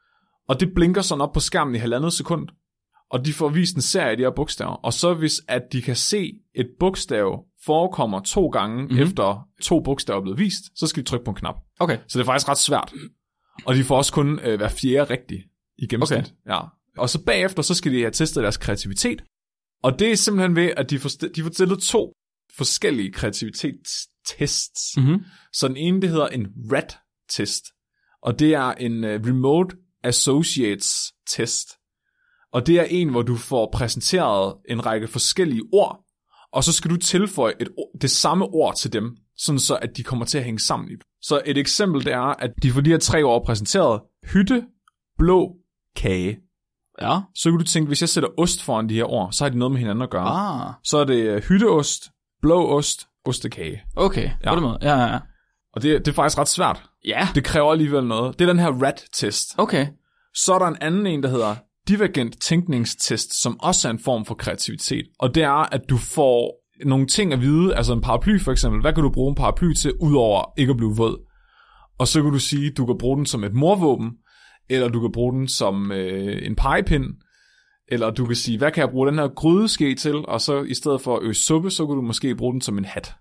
Og det blinker sådan op på skærmen i 1,5 sekund. Og de får vist en serie af de her bogstaver. Og så hvis at de kan se et bogstav forekommer 2 gange efter 2 bogstaver er blevet vist, så skal de trykke på en knap. Okay. Så det er faktisk ret svært. Og de får også kun hver 4 rigtig i gennemsnit. Okay. Ja. Og så bagefter, så skal de have testet deres kreativitet. Og det er simpelthen ved, at de får stillet 2 forskellige kreativitetstests. Så den ene, det hedder en RAT-test. Og det er en Remote Associates test. Og det er en, hvor du får præsenteret en række forskellige ord, og så skal du tilføje det samme ord til dem, sådan så at de kommer til at hænge sammen. Så et eksempel, det er, at de får de her 3 ord præsenteret. Hytte, blå, kage. Ja. Så kan du tænke, hvis jeg sætter ost foran de her ord, så har de noget med hinanden at gøre. Så er det hytteost, blå ost, ostekage. Okay, på den måde. Ja. Og det er faktisk ret svært. Ja. Det kræver alligevel noget. Det er den her RAT-test. Okay. Så er der en anden en, der hedder divergent tænkningstest, som også er en form for kreativitet. Og det er, at du får nogle ting at vide, altså en paraply for eksempel. Hvad kan du bruge en paraply til, udover ikke at blive våd? Og så kan du sige, at du kan bruge den som et mordvåben, eller du kan bruge den som en pegepind, eller du kan sige, hvad kan jeg bruge den her grydeske til? Og så i stedet for at øse suppe, så kan du måske bruge den som en hat.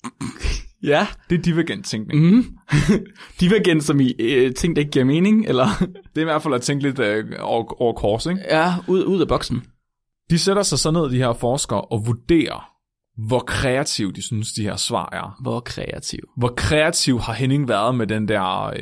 Ja. Det er divergent tænkning. Divergent som i ting, der ikke giver mening, eller? Det er i hvert fald at tænke lidt over kors, ikke? Ja, ud af boksen. De sætter sig så ned, de her forskere, og vurderer, hvor kreativ de synes, de her svar er. Hvor kreativ har Henning været med den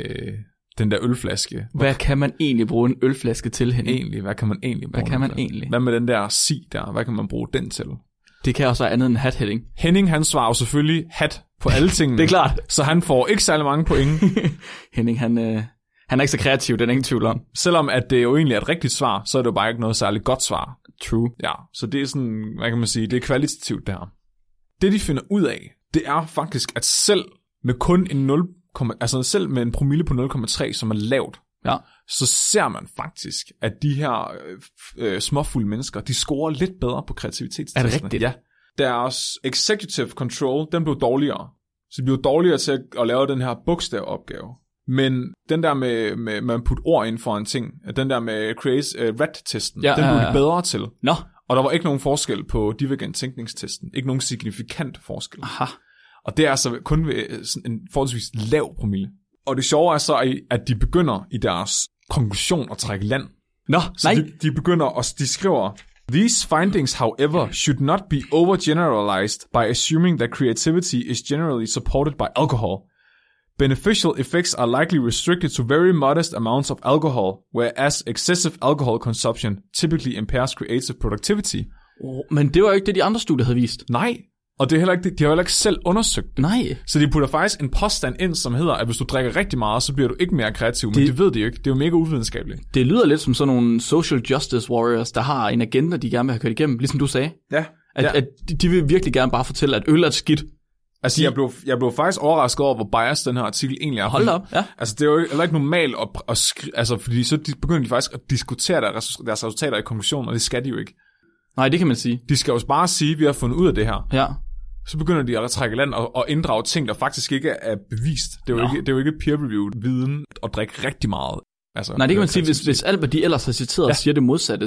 der ølflaske? Hvad kan man egentlig bruge en ølflaske til, Henning? Hvad kan man egentlig? Hvad med den der si der? Hvad kan man bruge den til? Det kan også være andet end hat, Henning. Henning, han svarer jo selvfølgelig hat på alle tingene. Det er klart. Så han får ikke særlig mange point. Henning, han er ikke så kreativ, den er ingen tvivl om. Selvom at det jo egentlig er et rigtigt svar, så er det jo bare ikke noget særligt godt svar. True. Ja, så det er sådan, hvad kan man sige, det er kvalitativt det her. Det de finder ud af, det er faktisk, at selv med kun en selv med en promille på 0,3, som er lavt, ja, så ser man faktisk, at de her småfulde mennesker, de scorer lidt bedre på kreativitetstestene. Er det rigtigt? Ja. Deres executive control, den blev dårligere. Så de blev dårligere til at lave den her bogstavopgave. Men den der med at putte ord ind for en ting, den der med RAT-testen, den blev de bedre til. Nå. Og der var ikke nogen forskel på divergent tænkningstesten. Ikke nogen signifikant forskel. Aha. Og det er altså kun ved sådan en forholdsvis lav promille. Og det sjove er så, at de begynder i deres konklusion at trække land. Nej. De begynder, de skriver, these findings, however, should not be overgeneralized by assuming that creativity is generally supported by alcohol. Beneficial effects are likely restricted to very modest amounts of alcohol, whereas excessive alcohol consumption typically impairs creative productivity. Men det var jo ikke det, de andre studier havde vist. Nej. Og det er heller ikke, de har heller ikke selv undersøgt det. Nej. Så de putter faktisk en påstand ind, som hedder, at hvis du drikker rigtig meget, så bliver du ikke mere kreativ. Men det ved de jo ikke. Det er jo mega uvidenskabeligt. Det lyder lidt som sådan nogle social justice warriors, der har en agenda, de gerne vil have kørt igennem, ligesom du sagde. Ja. At de vil virkelig gerne bare fortælle, at øl er skidt. Altså, jeg blev faktisk overrasket over, hvor biased den her artikel egentlig er. Hold op, ja. Altså, det er jo heller ikke normalt at skrive, altså, fordi så begynder de faktisk at diskutere deres resultater i konklusionen, og det skal de jo ikke. Nej, det kan man sige. De skal jo bare sige, at vi har fundet ud af det her. Ja. Så begynder de at trække land og inddrage ting, der faktisk ikke er bevist. Det er jo ikke peer-reviewed viden at drikke rigtig meget. Altså, nej, det kan man sige, hvis alt, hvad de ellers har citeret, siger det modsatte,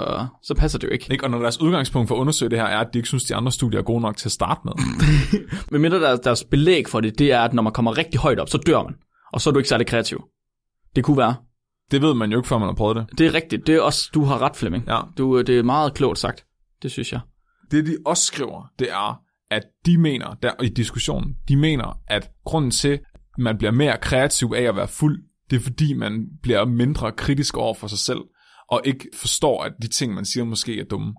så passer det jo ikke. Og når deres udgangspunkt for at undersøge det her er, at de ikke synes, de andre studier er gode nok til at starte med. Men mindre deres belæg for det er, at når man kommer rigtig højt op, så dør man. Og så er du ikke særlig kreativ. Det kunne være. Det ved man jo ikke, før man har prøvet det. Det er rigtigt. Det er også, du har ret, Flemming. Ja. Det er meget klogt sagt. Det synes jeg. Det de også skriver, det er, at de mener, der i diskussionen, de mener, at grunden til, at man bliver mere kreativ af at være fuld, det er fordi, man bliver mindre kritisk over for sig selv, og ikke forstår, at de ting, man siger, måske er dumme.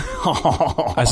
Altså,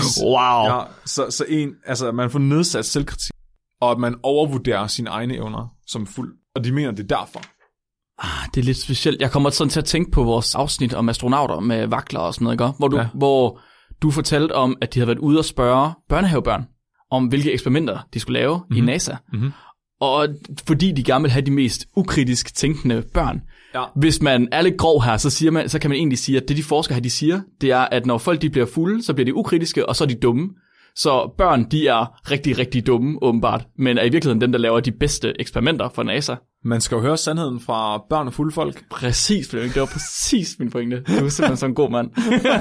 så man får nedsat selvkritik, og at man overvurderer sine egne evner som fuld. Og de mener, det er derfor. Det er lidt specielt. Jeg kommer sådan til at tænke på vores afsnit om astronauter med vakler og sådan noget, ikke? Hvor du fortalte om, at de havde været ude og spørge børnehavebørn, om hvilke eksperimenter de skulle lave i NASA. Mm-hmm. Og fordi de gerne vil have de mest ukritisk tænkende børn. Ja. Hvis man er lidt grov her, så kan man egentlig sige, at det de forskere her, de siger, det er, at når folk de bliver fulde, så bliver de ukritiske, og så er de dumme. Så børn, de er rigtig, rigtig dumme, åbenbart, men er i virkeligheden dem, der laver de bedste eksperimenter for NASA. Man skal jo høre sandheden fra børn og fulde folk. Præcis, Flemming. Det var præcis min pointe. Du er simpelthen sådan en god mand.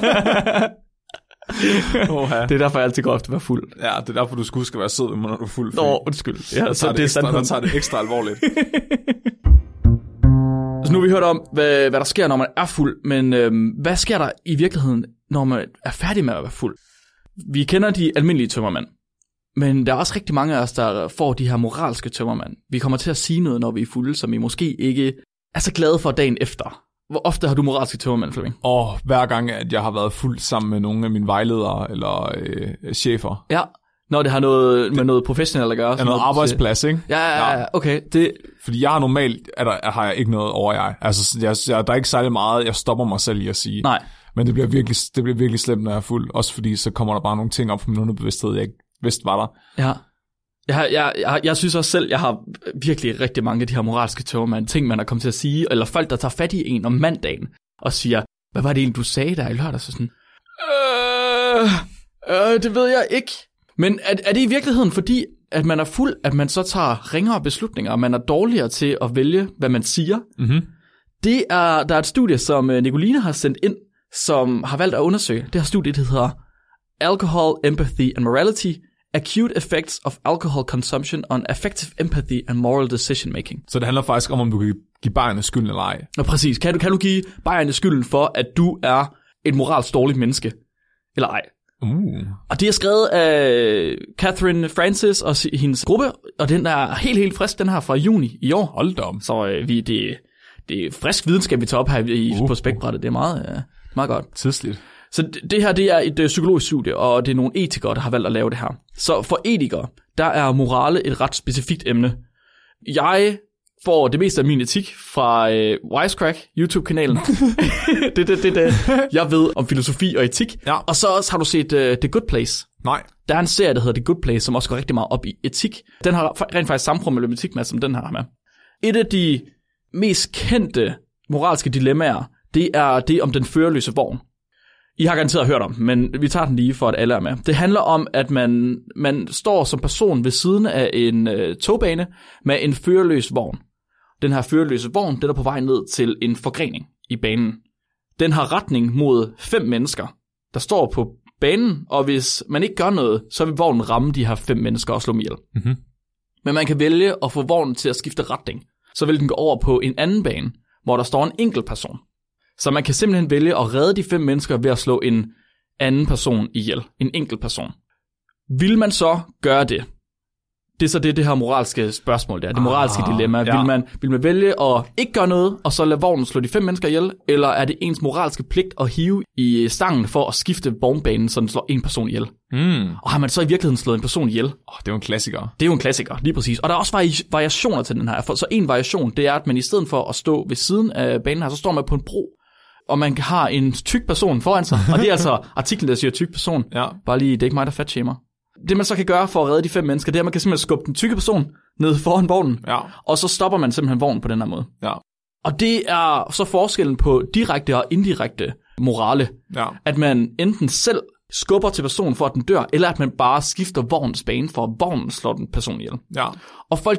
Det er derfor, jeg altid går efter at være fuld. Ja, det er derfor, du skal huske at være sød, når du er fuld. Undskyld. Ja, så det er sandheden. Der tager det ekstra alvorligt. Så nu har vi hørt om, hvad der sker, når man er fuld, men hvad sker der i virkeligheden, når man er færdig med at være fuld? Vi kender de almindelige tømmermænd, men der er også rigtig mange af os, der får de her moralske tømmermænd. Vi kommer til at sige noget, når vi er fulde, som vi måske ikke er så glade for dagen efter. Hvor ofte har du moralske tømmermænd, Flemming? Hver gang, at jeg har været fuld sammen med nogle af mine vejledere eller chefer. Ja, når det har noget med noget professionelt at gøre. Ja, noget arbejdsplads, ikke? Ja, okay. Fordi jeg har normalt, har jeg ikke noget over jeg. Altså, der er ikke særlig meget, jeg stopper mig selv i at sige. Nej. Men det bliver virkelig slemt, når jeg er fuld. Også fordi, så kommer der bare nogle ting op fra min underbevidsthed, jeg ikke vidste var der. Ja. Jeg synes også selv, jeg har virkelig rigtig mange af de her moralske tømmermænd, ting man er kommet til at sige, eller folk, der tager fat i en om mandagen, og siger, hvad var det egentlig, du sagde der i lørdag? Så sådan, det ved jeg ikke. Men er det i virkeligheden fordi, at man er fuld, at man så tager ringere beslutninger, og man er dårligere til at vælge, hvad man siger? Mm-hmm. Der er et studie, som Nicoline har sendt ind, som har valgt at undersøge. Det her studie, det hedder Alcohol, Empathy and Morality, Acute Effects of Alcohol Consumption on Effective Empathy and Moral Decision Making. Så det handler faktisk om du kan give bajerne skylden eller ej. Nå, præcis. Kan du give bajerne skylden for, at du er et moralsk dårligt menneske, eller ej? Og det er skrevet af Catherine Francis og hendes gruppe, og den er helt frisk, den her fra juni i år. Hold da om. Så det er frisk videnskab, vi tager op her på spækbrættet. Det er meget godt. Tidsligt. Så det her, det er et psykologisk studie, og det er nogle etikere, der har valgt at lave det her. Så for etikere, der er morale et ret specifikt emne. Jeg får det meste af min etik fra Wisecrack, YouTube-kanalen. det jeg ved om filosofi og etik. Ja. Og så også har du set The Good Place. Nej. Der er en serie, der hedder The Good Place, som også går rigtig meget op i etik. Den har rent faktisk samme problematik med, som den her med. Et af de mest kendte moralske dilemmaer, det er det om den førerløse vogn. I har garanteret hørt om, men vi tager den lige for, at alle er med. Det handler om, at man står som person ved siden af en togbane med en førerløs vogn. Den her førerløse vogn, den er på vej ned til en forgrening i banen. Den har retning mod 5 mennesker, der står på banen, og hvis man ikke gør noget, så vil vognen ramme de her 5 mennesker og slå dem ihjel. Mm-hmm. Men man kan vælge at få vognen til at skifte retning. Så vil den gå over på en anden bane, hvor der står en enkelt person. Så man kan simpelthen vælge at redde de 5 mennesker ved at slå en anden person ihjel. En enkelt person. Vil man så gøre det? Det er så det her moralske spørgsmål der. Det moralske dilemma. Ja. Vil man vælge at ikke gøre noget, og så lade vognen slå de 5 mennesker ihjel? Eller er det ens moralske pligt at hive i stangen for at skifte vognbanen, så den slår en person ihjel? Og har man så i virkeligheden slået en person ihjel? Det er jo en klassiker. Det er jo en klassiker, lige præcis. Og der er også variationer til den her. Så en variation, det er, at man i stedet for at stå ved siden af banen her, så står man på en bro. Og man har en tyk person foran sig. Og det er altså artiklen, der siger tyk person. Ja. Bare lige, det er ikke mig, der fatshamer. Det man så kan gøre for at redde de 5 mennesker, det er, at man kan simpelthen skubbe den tykke person ned foran vognen. Ja. Og så stopper man simpelthen vognen på den her måde. Ja. Og det er så forskellen på direkte og indirekte morale. Ja. At man enten selv skubber til personen for, at den dør, eller at man bare skifter vognens bane, for at vognen slår den person ihjel. Ja. Og folk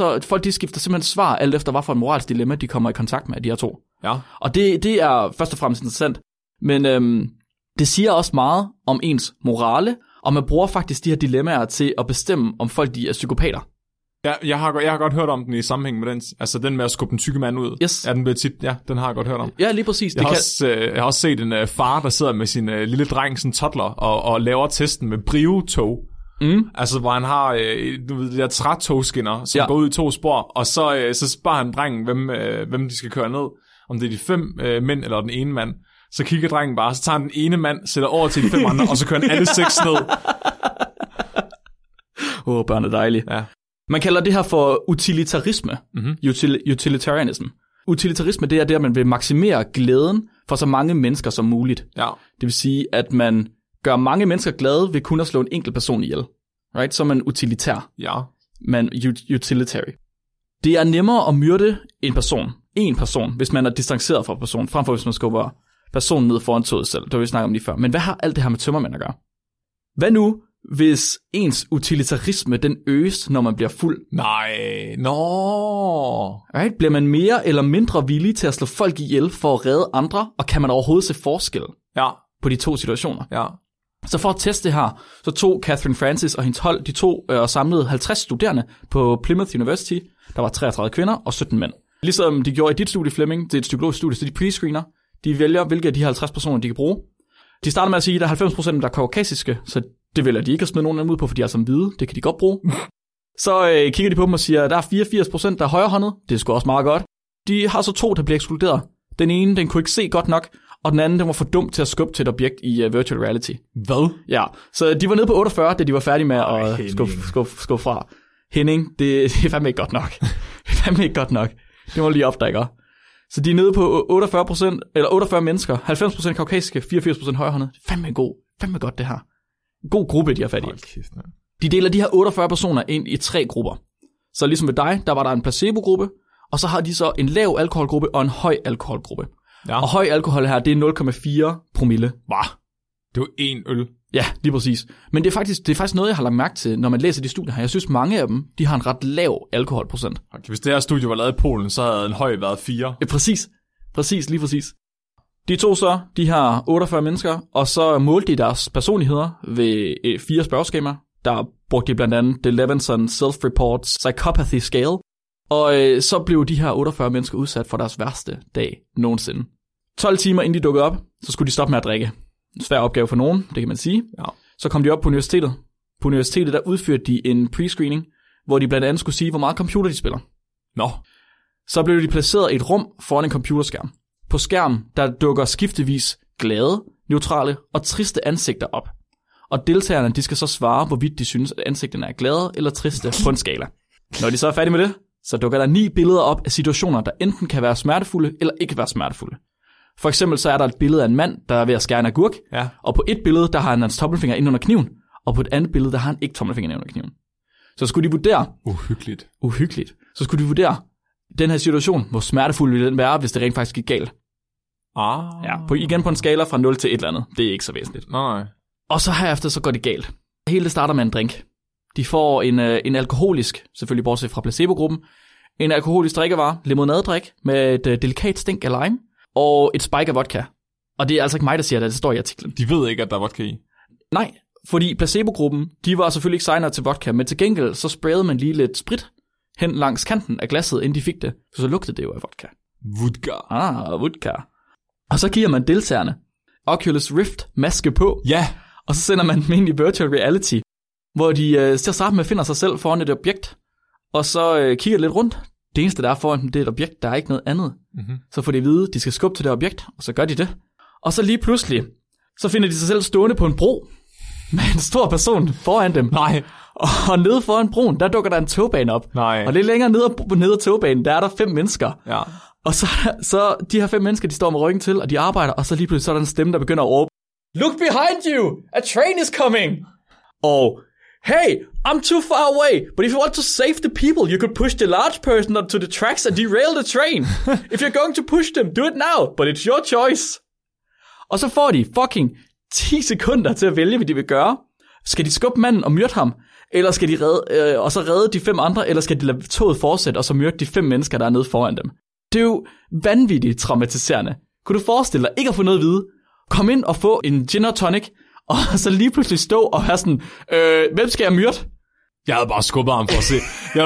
de skifter simpelthen svar, alt efter hvad for en moralsk dilemma, de kommer i kontakt med, de her to. Ja. Og det er først og fremmest interessant. Men det siger også meget om ens morale, og man bruger faktisk de her dilemmaer til at bestemme, om folk de er psykopater. Ja, jeg har godt hørt om den i sammenhæng med den, altså den med at skubbe den tykke mand ud. Yes. Ja, den har jeg godt hørt om. Ja, lige præcis. Jeg har også set en far, der sidder med sin lille dreng, sådan toddler, og laver testen med Brio-tog. Altså, hvor han har de der trætogskinner, som går ud i 2 spor, og så spørger han drengen, hvem de skal køre ned. Om det er de 5 mænd eller den ene mand. Så kigger drengen bare, så tager han den ene mand, sætter over til de 5 andre, og så kører han alle 6 ned. Børn er dejlige. Ja. Man kalder det her for utilitarisme. Mm-hmm. Utilitarianism. Utilitarisme, det er det, at man vil maksimere glæden for så mange mennesker som muligt. Ja. Det vil sige, at man gør mange mennesker glade ved kun at slå en enkelt person ihjel. Right? Så er man utilitær. Ja. Man utilitary. Det er nemmere at myrde en person, hvis man er distanceret fra personen, frem for hvis man skubber personen ned foran toget selv. Det har vi snakket om lige før. Men hvad har alt det her med tømmermænd at gøre? Hvad nu, hvis ens utilitarisme, den øges, når man bliver fuld. Nej, Right? Bliver man mere eller mindre villig til at slå folk ihjel for at redde andre, og kan man overhovedet se forskel på de to situationer? Ja. Så for at teste det her, så tog Catherine Francis og hendes hold, de tog og samlede 50 studerende på Plymouth University. Der var 33 kvinder og 17 mænd. Ligesom de gjorde i dit studie, Flemming, det er et psykologisk studie, så de pre-screener. De vælger, hvilke af de 50 personer, de kan bruge. De starter med at sige, at der er 90%, der er kaukasiske, så det vælger de ikke at smide nogen af dem ud på, for de er som hvide. Det kan de godt bruge. Så kigger de på dem og siger, at der er 84%, der er højrehåndet. Det er sgu også meget godt. De har så 2, der bliver ekskluderet. Den ene, den kunne ikke se godt nok, og den anden, den var for dum til at skubbe til et objekt i virtual reality. Hvad? Ja, så de var nede på 48, da de var færdige med at skubbe fra. Henning, det er fandme ikke godt nok. Det er fandme ikke godt nok. Det må lige opdage. Så de er nede på 48%, eller 48 mennesker, 90% kaukasiske, 84% højrehåndede. Fandme godt det her. God gruppe, de har fat i. De deler de her 48 personer ind i 3 grupper. Så ligesom ved dig, der var der en placebo-gruppe, og så har de så en lav alkoholgruppe og en høj alkoholgruppe. Ja. Og høj alkohol her, det er 0,4 promille. Hvad? Det er jo 1 øl. Ja, lige præcis. Men det er faktisk noget, jeg har lagt mærke til, når man læser de studier her. Jeg synes, mange af dem, de har en ret lav alkoholprocent. Okay, hvis det her studie var lavet i Polen, så havde en høj været 4. Ja, præcis, lige præcis. De tog så de her 48 mennesker, og så målte de deres personligheder ved 4 spørgeskemaer. Der brugte de blandt andet The Levinson Self-Report Psychopathy Scale. Og så blev de her 48 mennesker udsat for deres værste dag nogensinde. 12 timer inden de dukkede op, så skulle de stoppe med at drikke. En svær opgave for nogen, det kan man sige. Ja. Så kom de op på universitetet. På universitetet, der udførte de en pre-screening, hvor de blandt andet skulle sige, hvor meget computer de spiller. Så blev de placeret i et rum foran en computerskærm. På skærmen, der dukker skiftevis glade, neutrale og triste ansigter op. Og deltagerne, de skal så svare, hvorvidt de synes, at ansigterne er glade eller triste på en skala. Når de så er færdige med det, så dukker der 9 billeder op af situationer, der enten kan være smertefulde eller ikke være smertefulde. For eksempel så er der et billede af en mand, der er ved at skære en agurk, og på et billede, der har han hans tommelfinger ind under kniven, og på et andet billede, der har han ikke tommelfingeren ind under kniven. Så skulle de vurdere... Uhyggeligt. Så skulle de vurdere den her situation, hvor smertefuld ville den være, hvis det rent faktisk gik galt. Igen på en skala fra 0 til et eller andet. Det er ikke så væsentligt. Nej. Og så herefter, så går det galt. Hele det starter med en drink. De får en alkoholisk, selvfølgelig bortset fra placebo-gruppen, en alkoholisk drikkevare, limonadedrik med et delikat stink af lime, og et spike af vodka. Og det er altså ikke mig, der siger det står i artiklen. De ved ikke, at der er vodka i? Nej, fordi placebo-gruppen, de var selvfølgelig ikke signet til vodka, men til gengæld så sprayede man lige lidt sprit hen langs kanten af glasset, inden de fik det. Så lugtede det jo af vodka. Vodka. Og så giver man deltagerne Oculus Rift maske på. Ja. Og så sender man dem ind i virtual reality, hvor de til at starte med finder sig selv foran et objekt, og så kigger lidt rundt. Det eneste, der er foran dem, det er et objekt, der er ikke noget andet. Mm-hmm. Så får de at vide, de skal skubbe til det objekt, og så gør de det. Og så lige pludselig, så finder de sig selv stående på en bro, med en stor person foran dem. Nej. Og nede foran broen, der dukker der en togbane op. Nej. Og lidt længere nede af togbanen, der er der 5 mennesker. Ja. Og så de her 5 mennesker, de står med ryggen til, og de arbejder, og så lige pludselig så er der en stemme, der begynder at råbe, "Look behind you! A train is coming!" Og "Hey, I'm too far away, but if you want to save the people, you could push the large person onto the tracks and derail the train. If you're going to push them, do it now, but it's your choice." Og så får de fucking 10 sekunder til at vælge, hvad de vil gøre. Skal de skubbe manden og myrde ham? Eller skal de redde de 5 andre? Eller skal de lade toget fortsætte, og så myrde de 5 mennesker, der er nede foran dem? Det er jo vanvittigt traumatiserende. Kunne du forestille dig ikke at få noget at vide? Kom ind og få en gin og tonic, og så lige pludselig stå og have sådan, hvem skal jeg myrde? Jeg havde bare skubbet ham for at se. Jeg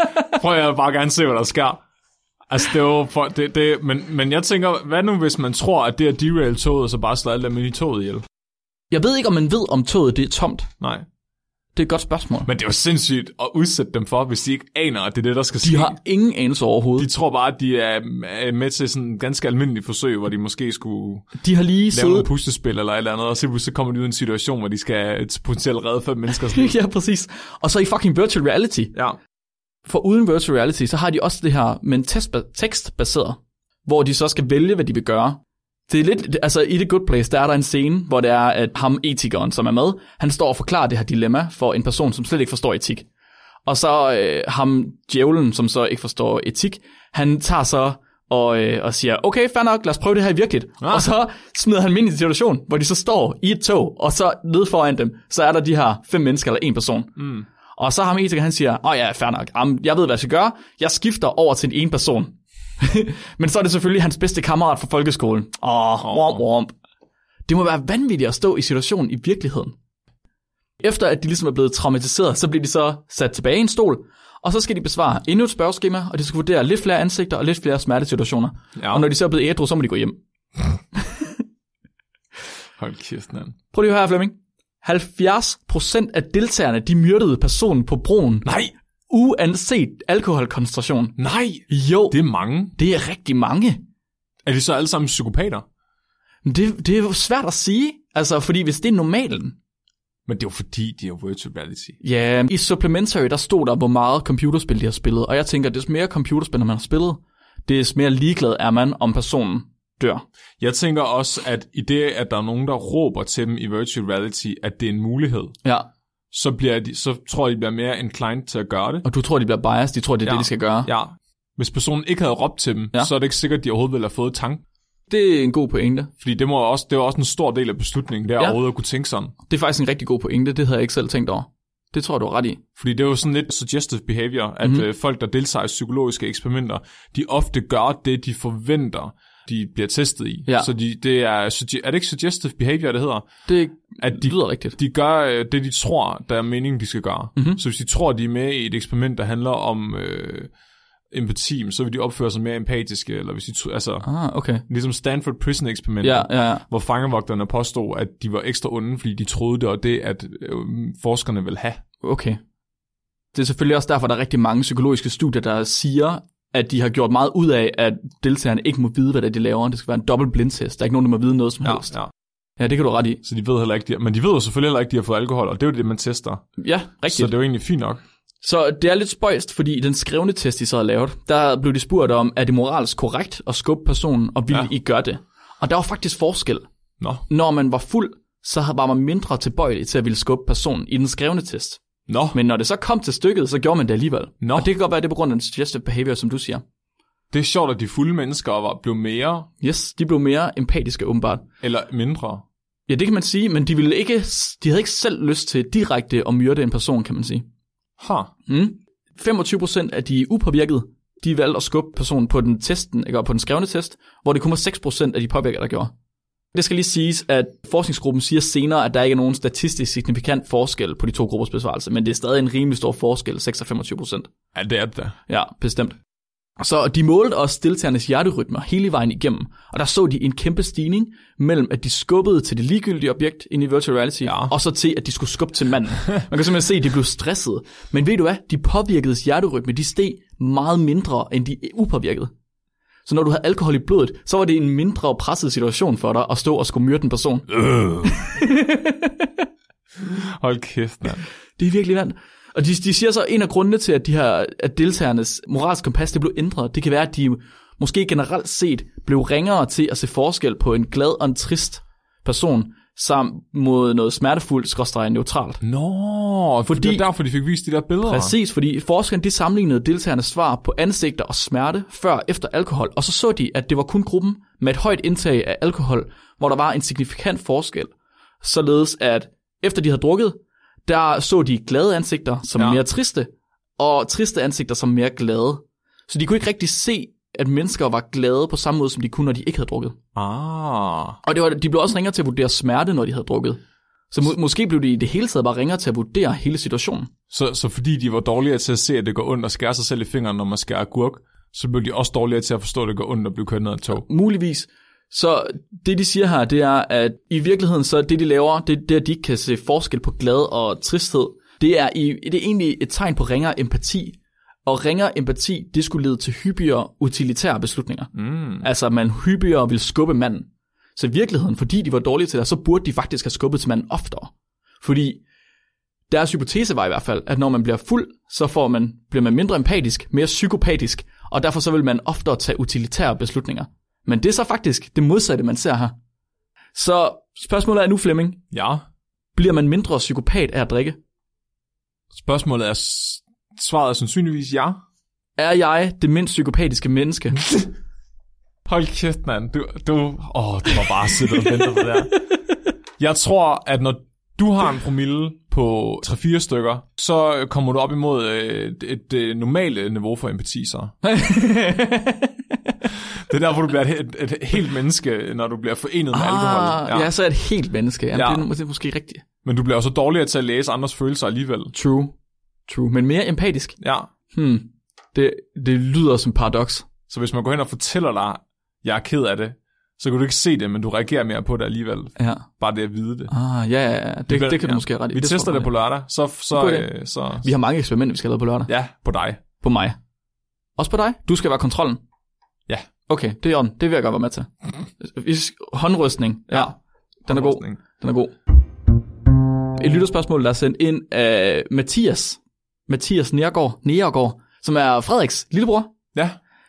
vil bare gerne se, hvad der sker. Altså, det er jo for, men jeg tænker, hvad nu, hvis man tror, at det er derail toget, så bare slår alle dem i toget ihjel? Jeg ved ikke, om man ved, om toget det er tomt. Nej. Det er et godt spørgsmål. Men det er jo sindssygt at udsætte dem for, hvis de ikke aner, at det er det, der skal ske. De har ingen anelse overhovedet. De tror bare, at de er med til sådan en ganske almindelig forsøg, hvor de måske skulle de har lige lave nogle puslespil eller et eller andet, og så kommer de ud i en situation, hvor de skal potentielt redde 5 mennesker. Ja, præcis. Og så i fucking virtual reality. Ja. For uden virtual reality, så har de også det her, men tekstbaseret, hvor de så skal vælge, hvad de vil gøre. Det er lidt, altså i The Good Place, der er der en scene, hvor det er, at ham etikeren, som er med, han står og forklarer det her dilemma for en person, som slet ikke forstår etik. Og så ham djævlen, som så ikke forstår etik, han tager så og siger, okay, fair nok, lad os prøve det her i virkeligt. Ja. Og så smider han dem ind i en situation, hvor de så står i et tog, og så nede foran dem, så er der de her 5 mennesker eller 1 person. Og så har ham etikeren, han siger, ja, fair nok, jeg ved, hvad jeg skal gøre. Jeg skifter over til en person. Men så er det selvfølgelig hans bedste kammerat fra folkeskolen. Womp. Det må være vanvittigt at stå i situationen i virkeligheden. Efter at de ligesom er blevet traumatiseret, så bliver de så sat tilbage i en stol, og så skal de besvare endnu et spørgeskema, og de skal vurdere lidt flere ansigter og lidt flere smertesituationer. Ja. Og når de så er blevet ædru, så må de gå hjem. Hold kæft, mand. Prøv lige at høre her, Flemming. 70% af deltagerne, de myrdede personen på broen. Nej! Uanset alkoholkoncentration. Nej! Jo. Det er mange. Det er rigtig mange. Er de så alle sammen psykopater? Det er jo svært at sige, altså, fordi hvis det er normalen. Men det er jo fordi, de er virtual reality. Ja, i Supplementary, der stod der, hvor meget computerspil de har spillet. Og jeg tænker, at des mere computerspil, man har spillet, des mere ligeglad er man, om personen dør. Jeg tænker også, at i det, at der er nogen, der råber til dem i virtual reality, at det er en mulighed, så tror jeg, de bliver mere inclined til at gøre det. Og du tror, de bliver biased? De tror, det er det, de skal gøre? Ja. Hvis personen ikke havde råbt til dem, så er det ikke sikkert, at de overhovedet ville have fået tanken. Det er en god pointe. Fordi det er også en stor del af beslutningen, det er overhovedet at kunne tænke sådan. Det er faktisk en rigtig god pointe, det havde jeg ikke selv tænkt over. Det tror jeg, du har ret i. Fordi det er jo sådan lidt suggestive behavior, at folk, der deltager i psykologiske eksperimenter, de ofte gør det, de forventer, de bliver testet i. Ja. Så er det ikke suggestive behavior, det hedder? Det lyder rigtigt. De gør det, de tror, der er meningen, de skal gøre. Så hvis de tror, de er med i et eksperiment, der handler om empati, så vil de opføre sig mere empatiske, eller hvis de okay. Ligesom Stanford Prison eksperimentet, hvor fangevogterne påstod, at de var ekstra onde, fordi de troede det, og det, at forskerne vil have. Okay. Det er selvfølgelig også derfor, der er rigtig mange psykologiske studier, der siger, at de har gjort meget ud af, at deltagerne ikke må vide, hvad det er, de laver. Det skal være en dobbelt blindtest. Der er ikke nogen, der må vide noget som helst. Ja, det kan du ret i. Så de ved heller ikke, men de ved jo selvfølgelig heller ikke, de har fået alkohol, og det er jo det, man tester. Ja, rigtigt. Så det er jo egentlig fint nok. Så det er lidt spøjst, fordi i den skrevne test, de så har lavet, der blev de spurgt om, er det moralsk korrekt at skubbe personen, og ville I gøre det? Og der var faktisk forskel. Når man var fuld, så var man mindre tilbøjelig til at ville skubbe personen i den skrevne test. Men når det så kom til stykket, så gjorde man det alligevel. Og det kan godt være, det er på grund af den suggestive behavior, som du siger. Det er sjovt, at de fulde mennesker blev mere... Yes, de blev mere empatiske, åbenbart. Eller mindre. Ja, det kan man sige, men de havde ikke selv lyst til direkte at myrde en person, kan man sige. 25% af de upåvirkede, de valgte at skubbe personen på den testen, ikke, på den skrevne test, hvor det kun var 6% af de påvirkede, der gjorde. Det skal lige siges, at forskningsgruppen siger senere, at der ikke er nogen statistisk signifikant forskel på de to gruppers besvarelse, men det er stadig en rimelig stor forskel, 26%. Ja, det er det da. Ja, bestemt. Så de målte også deltagernes hjerterytmer hele vejen igennem, og der så de en kæmpe stigning mellem, at de skubbede til det ligegyldige objekt inde i virtual reality, og så til, at de skulle skubbe til manden. Man kan simpelthen se, at de blev stresset. Men ved du hvad? De påvirkedes hjerterytme, de steg meget mindre, end de upåvirkede. Så når du havde alkohol i blodet, så var det en mindre presset situation for dig at stå og skulle myrde en person. Hold kæft, mand. Det er virkelig vand. Og de siger så, en af grundene til, at deltagernes moralske kompas det blev ændret, det kan være, at de måske generelt set blev ringere til at se forskel på en glad og en trist person, samt mod noget smertefuldt, neutralt. Fordi det er derfor, de fik vist de der billeder. Præcis, fordi forskerne de sammenlignede deltagernes svar på ansigter og smerte før og efter alkohol, og så de, at det var kun gruppen med et højt indtag af alkohol, hvor der var en signifikant forskel. Således at efter de havde drukket, der så de glade ansigter som mere triste, og triste ansigter som mere glade. Så de kunne ikke rigtig se, at mennesker var glade på samme måde, som de kunne, når de ikke havde drukket. Og de blev også ringere til at vurdere smerte, når de havde drukket. Så måske blev de i det hele taget bare ringere til at vurdere hele situationen. Så fordi de var dårligere til at se, at det går ondt at skære sig selv i fingeren, når man skærer agurk, så blev de også dårligere til at forstå, at det går ondt at blive kørt ned af et tog. Muligvis. Så det, de siger her, det er, at i virkeligheden, så det, de laver, det at de ikke kan se forskel på glad og tristhed, det er egentlig et tegn på ringere empati. Og ringere empati, det skulle lede til hyppigere utilitære beslutninger. Altså, man hyppigere vil skubbe manden. Så i virkeligheden, fordi de var dårlige til det, så burde de faktisk have skubbet til manden oftere. Fordi deres hypotese var i hvert fald, at når man bliver fuld, så bliver man mindre empatisk, mere psykopatisk, og derfor så vil man oftere tage utilitære beslutninger. Men det er så faktisk det modsatte, man ser her. Så spørgsmålet er nu, Flemming. Ja. Bliver man mindre psykopat af at drikke? Svaret er sandsynligvis ja. Er jeg det mindst psykopatiske menneske? Hold kæft, mand. Du var bare siddet og ventet på det her. Jeg tror, at når du har en promille på 3-4 stykker, så kommer du op imod et normalt niveau for empati, så. Det er der, hvor du bliver et helt menneske, når du bliver forenet med alkohol. Ja, så er et helt menneske. Jamen, det er måske rigtigt. Men du bliver også dårligere til at læse andres følelser alligevel. True. Men mere empatisk. Ja. Det lyder som paradoks. Så hvis man går hen og fortæller dig, jeg er ked af det, så kan du ikke se det, men du reagerer mere på det alligevel. Ja. Bare det at vide det. Ja. Det kan du måske ret i. Vi tester det på lørdag. Så vi har mange eksperimenter, vi skal lave på lørdag. Ja, på dig. På mig. Også på dig? Du skal være kontrollen. Ja. Okay, det er on. Det vil jeg godt være med til. Håndrystning. Ja. Den er god. Et lytterspørgsmål, der er sendt ind af Mathias Nergård, som er Frederiks lillebror. Ja.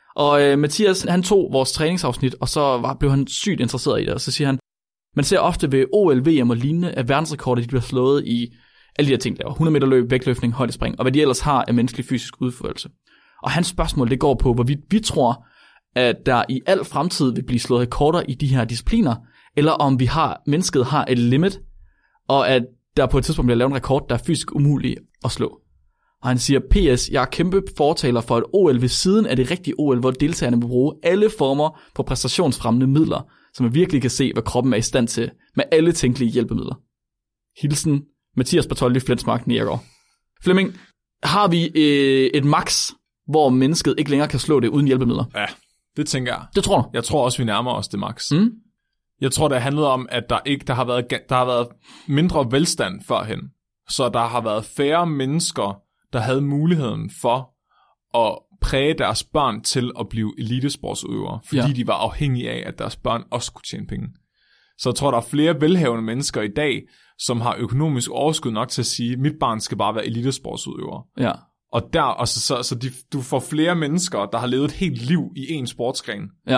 Og Mathias, han tog vores træningsafsnit, og så blev han sygt interesseret i det. Og så siger han, man ser ofte ved OL, VM og lignende, at verdensrekorder de bliver slået i alle de her ting, der 100 meter løb, vægtløftning, højdespring, og hvad de ellers har af menneskelig fysisk udførelse. Og hans spørgsmål, det går på, hvorvidt vi tror, at der i al fremtid vil blive slået rekorder i de her discipliner, eller om mennesket har et limit, og at der på et tidspunkt bliver lavet en rekord, der er fysisk umulig at slå. Og han siger, PS, jeg er kæmpe fortaler for et OL ved siden af det rigtige OL, hvor deltagerne vil bruge alle former for præstationsfremmende midler, så man virkelig kan se, hvad kroppen er i stand til, med alle tænkelige hjælpemidler. Hilsen, Mathias Bartoldi, Flensmark, Nergård. Flemming, har vi et max, hvor mennesket ikke længere kan slå det uden hjælpemidler? Ja, det tænker jeg. Det tror du? Jeg tror også, vi nærmer os det max. Jeg tror, det handlede om, at der har været mindre velstand førhen. Så der har været færre mennesker, der havde muligheden for at præge deres børn til at blive elitesportsudøvere, fordi de var afhængige af, at deres børn også kunne tjene penge. Så jeg tror, der er flere velhavende mennesker i dag, som har økonomisk overskud nok til at sige, mit barn skal bare være elitesportsudøver. Ja. Og du får flere mennesker, der har levet et helt liv i en sportsgren. Ja.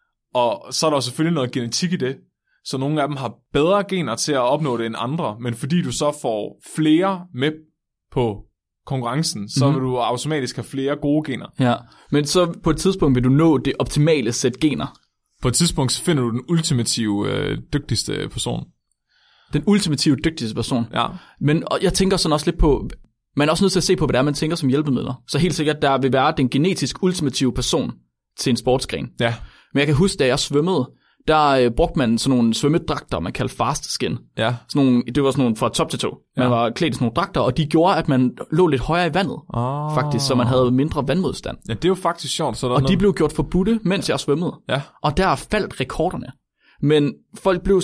Og så er der selvfølgelig noget genetik i det. Så nogle af dem har bedre gener til at opnå det end andre, men fordi du så får flere med på konkurrencen, så vil du automatisk have flere gode gener. Ja, men så på et tidspunkt vil du nå det optimale sæt gener. På et tidspunkt så finder du den ultimative dygtigste person. Den ultimative dygtigste person. Ja. Men jeg tænker sådan også lidt på, man er også nødt til at se på, hvad det er, man tænker som hjælpemidler. Så helt sikkert, der vil være den genetisk ultimative person til en sportsgren. Ja. Men jeg kan huske, da jeg svømmede, der brugte man sådan nogle svømmedragter, man kaldte fast skin. Ja. Det var sådan nogle fra top til tå. Man var klædt i sådan nogle dragter, og de gjorde, at man lå lidt højere i vandet. Faktisk, så man havde mindre vandmodstand. Ja, det er jo faktisk sjovt. Så og de blev gjort forbudte, mens jeg svømmede. Ja. Og der faldt rekorderne. Men folk blev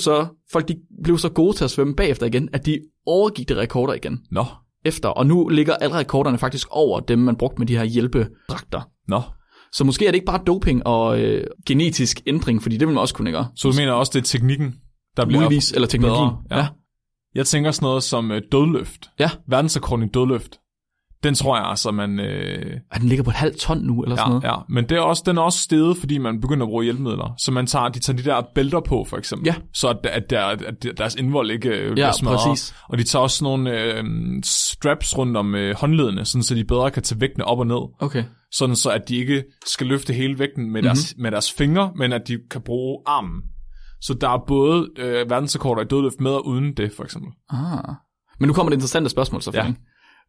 så gode til at svømme bagefter igen, at de overgik de rekorder igen. Efter. Og nu ligger alle rekorderne faktisk over dem, man brugte med de her hjælpedragter. Så måske er det ikke bare doping og genetisk ændring, fordi det vil man også kunne gøre. Så du mener også, det er teknikken, der bliver muligvis, eller teknologien. Ja. Jeg tænker sådan noget som dødløft. Ja. Verdensrekorden i dødløft. Den tror jeg altså, man... Den ligger på 1,5 ton nu, eller sådan noget. Ja, men den er også steget, fordi man begynder at bruge hjælpemidler. Så de tager de der bælter på, for eksempel. Ja. Så at deres indvold ikke bliver smadret. Præcis. Og de tager også nogle straps rundt om håndledene, sådan så de bedre kan tage vægtene op og ned. Okay. Sådan så, at de ikke skal løfte hele vægten med deres fingre, men at de kan bruge armen. Så der er både verdensrekorder i dødløft med og uden det, for eksempel. Men nu kommer det interessante spørgsmål, så Flemming.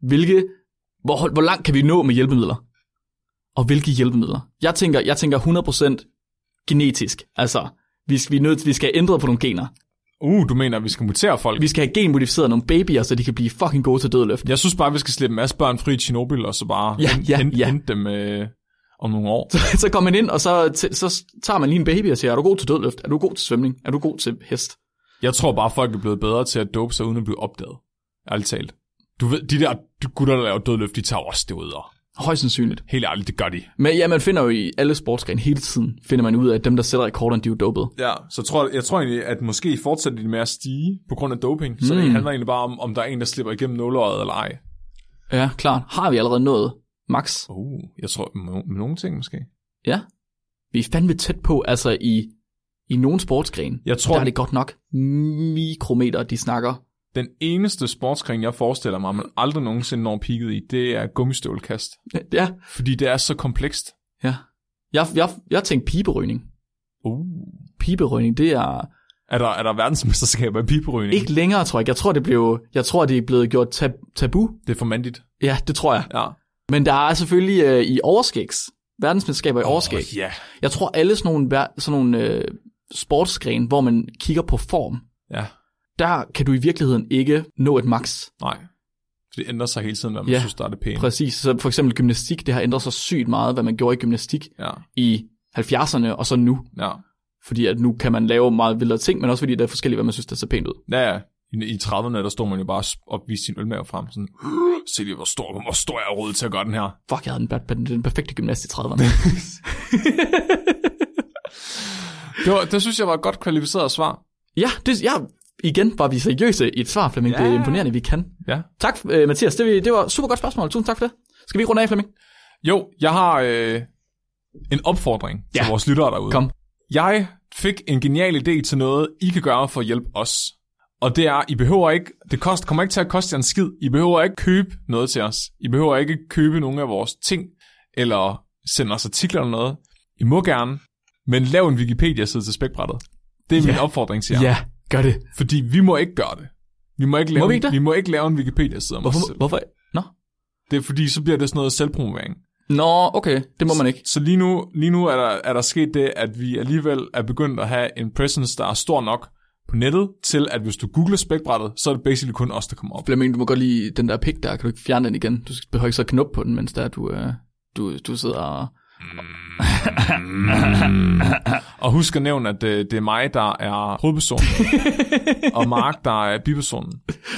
Hvor langt kan vi nå med hjælpemidler? Og hvilke hjælpemidler? Jeg tænker 100% genetisk. Altså, vi skal ændre på nogle gener. Du mener, at vi skal mutere folk? Vi skal have genmodificeret nogle babyer, så de kan blive fucking gode til dødløft. Jeg synes bare, vi skal slippe en masse børn fri i Chernobyl, og så bare hente dem om nogle år. Så kommer man ind, og så tager man lige en baby og siger, er du god til dødløft? Er du god til svømning? Er du god til hest? Jeg tror bare, folk er blevet bedre til at dope sig, uden at blive opdaget. Ærligt talt. Du ved, de der gutter, der laver dødløft, de tager også det ud. Højst sandsynligt. Helt ærligt, det gør de. Men ja, man finder jo i alle sportsgrene hele tiden, finder man ud af, at dem, der sætter rekorderne, de er jo dopet. Ja, så jeg tror egentlig, at måske fortsætter de med at stige på grund af doping. Så det handler egentlig bare om der er en, der slipper igennem nåleøjet eller ej. Ja, klart. Har vi allerede nået max? Jeg tror, med nogle ting måske. Ja. Vi er fandme tæt på, altså i nogle sportsgrene. Jeg tror, der er det godt nok mikrometer, de snakker. Den eneste sportsgren, jeg forestiller mig, man aldrig nogensinde når peaket i, det er gummistøvlekast. Ja. Fordi det er så komplekst. Ja. Jeg tænkte piberygning. Piberygning, det er... Er der verdensmesterskaber i piberygning? Ikke længere, tror jeg. Jeg tror, det er blevet gjort tabu. Det er for mandigt. Ja, det tror jeg. Ja. Men der er selvfølgelig i overskægs. Verdensmesterskaber i overskæg. Ja. Jeg tror, alle sådan nogle sportsgren, hvor man kigger på form, der kan du i virkeligheden ikke nå et max. Nej. Det ændrer sig hele tiden, hvad man synes, der er det pæne. Præcis. Så for eksempel gymnastik, det har ændret sig sygt meget, hvad man gjorde i gymnastik i 70'erne og så nu. Ja. Fordi at nu kan man lave meget vildere ting, men også fordi det er forskelligt, hvad man synes, der ser pænt ud. Ja. I 30'erne, der stod man jo bare og viste sin ølmave frem. Sådan, se lige, hvor stor jeg er råd til at gøre den her. Fuck, jeg havde den perfekte gymnast i 30'erne. det synes jeg var et godt kvalificeret svar. Ja, igen var vi seriøse i et svar, Flemming. Ja. Det er imponerende, vi kan. Ja. Tak, Mathias. Det var super godt spørgsmål. Tusind tak for det. Skal vi runde af, Flemming? Jo, jeg har en opfordring til vores lyttere derude. Kom. Jeg fik en genial idé til noget, I kan gøre for at hjælpe os. Og det er, I behøver ikke, kommer ikke til at koste jer en skid. I behøver ikke købe noget til os. I behøver ikke købe nogle af vores ting, eller sende os artikler eller noget. I må gerne, men lav en Wikipedia-side til spækbrættet. Det er min opfordring til jer. Ja, gør det. Fordi vi må ikke gøre det. Vi må ikke lave en Wikipedia-side om os selv. Hvorfor? Nå? Det er fordi, så bliver det sådan noget selvpromovering. Nå, okay. Det må man ikke. Så lige nu er der sket det, at vi alligevel er begyndt at have en presence, der er stor nok på nettet, til at hvis du googler spækbrættet, så er det basically kun os, der kommer op. Flemming, du må godt lide den der pik der. Kan du ikke fjerne den igen? Du behøver ikke så knuppe på den, mens der du sidder og... Og husk at nævne, at det er mig, der er hovedpersonen, og Mark, der er bipersonen.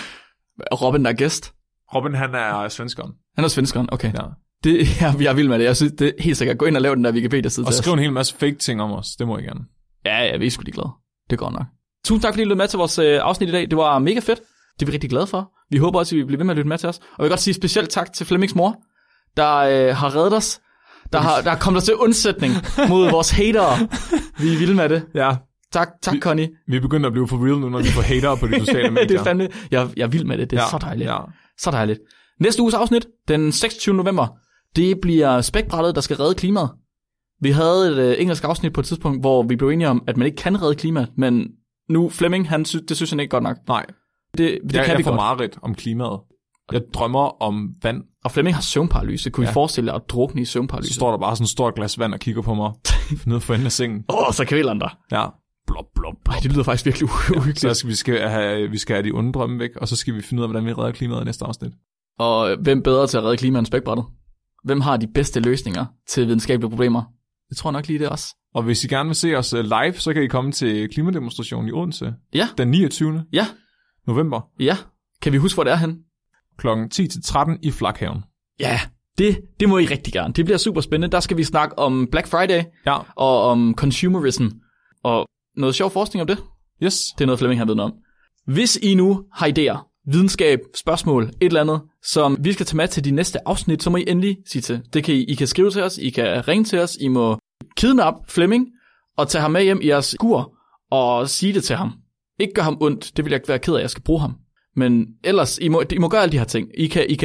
Og Robin, der er gæst. Robin, han er svenskeren. Han er svenskeren, okay. Ja. Jeg er vild med det. Jeg synes, det er helt sikkert. Gå ind og lav den der Wikipedia-side. Og skriv en hel masse fake ting om os. Det må I gerne. Ja, vi er sgu de glade. Det går nok. Tusind tak, fordi I lyttede med til vores afsnit i dag. Det var mega fedt. Det er vi rigtig glade for. Vi håber også, at I vil blive ved med at lytte med til os. Og jeg vil godt sige specielt tak til Flemmings mor, der har reddet os. Der er kommet til undsætning mod vores hatere. Vi er vilde med det. Ja. Tak, Connie. Vi er begyndt at blive for real nu, når vi får hatere på de sociale medier. Det er fandme. Jeg er vild med det. Det er så dejligt. Ja. Så dejligt. Næste uges afsnit, den 26. november, det bliver spækbrættet, der skal redde klimaet. Vi havde et engelsk afsnit på et tidspunkt, hvor vi blev enige om, at man ikke kan redde klimaet, men nu Flemming, det synes han ikke godt nok. Nej. Det kan vi får mareridt om klimaet. Jeg drømmer om vand. Og Flemming har søvnparalyse. Kunne I forestille jer at drukne i søvnparalyse? Så står der bare sådan et stort glas vand og kigger på mig nede for enden af sengen. Så kvæler han dig. Ja. Blop. Ej, det lyder faktisk virkelig uhyggeligt. Så vi skal have de onde drømme væk, og så skal vi finde ud af, hvordan vi redder klimaet i næste afsnit. Og hvem bedre til at redde klimaet end spækbrættet? Hvem har de bedste løsninger til videnskabelige problemer? Jeg tror nok lige det også. Og hvis I gerne vil se os live, så kan I komme til klimademonstrationen i Odense. Ja. Den 29. Ja. November. Ja. Kan vi huske, hvor det er hen? Klokken 10-13 i Flakhaven. Ja, det må I rigtig gerne. Det bliver super spændende. Der skal vi snakke om Black Friday. Ja. Og om consumerism. Og noget sjov forskning om det. Yes. Det er noget, Flemming har viden om. Hvis I nu har idéer, videnskab, spørgsmål, et eller andet, som vi skal tage med til de næste afsnit, så må I endelig sige til. Det kan I kan skrive til os, I kan ringe til os, I må kidnappe Flemming og tage ham med hjem i jeres skur og sige det til ham. Ikke gøre ham ondt, det vil jeg ikke være ked af, jeg skal bruge ham. Men ellers, I må gøre alle de her ting. I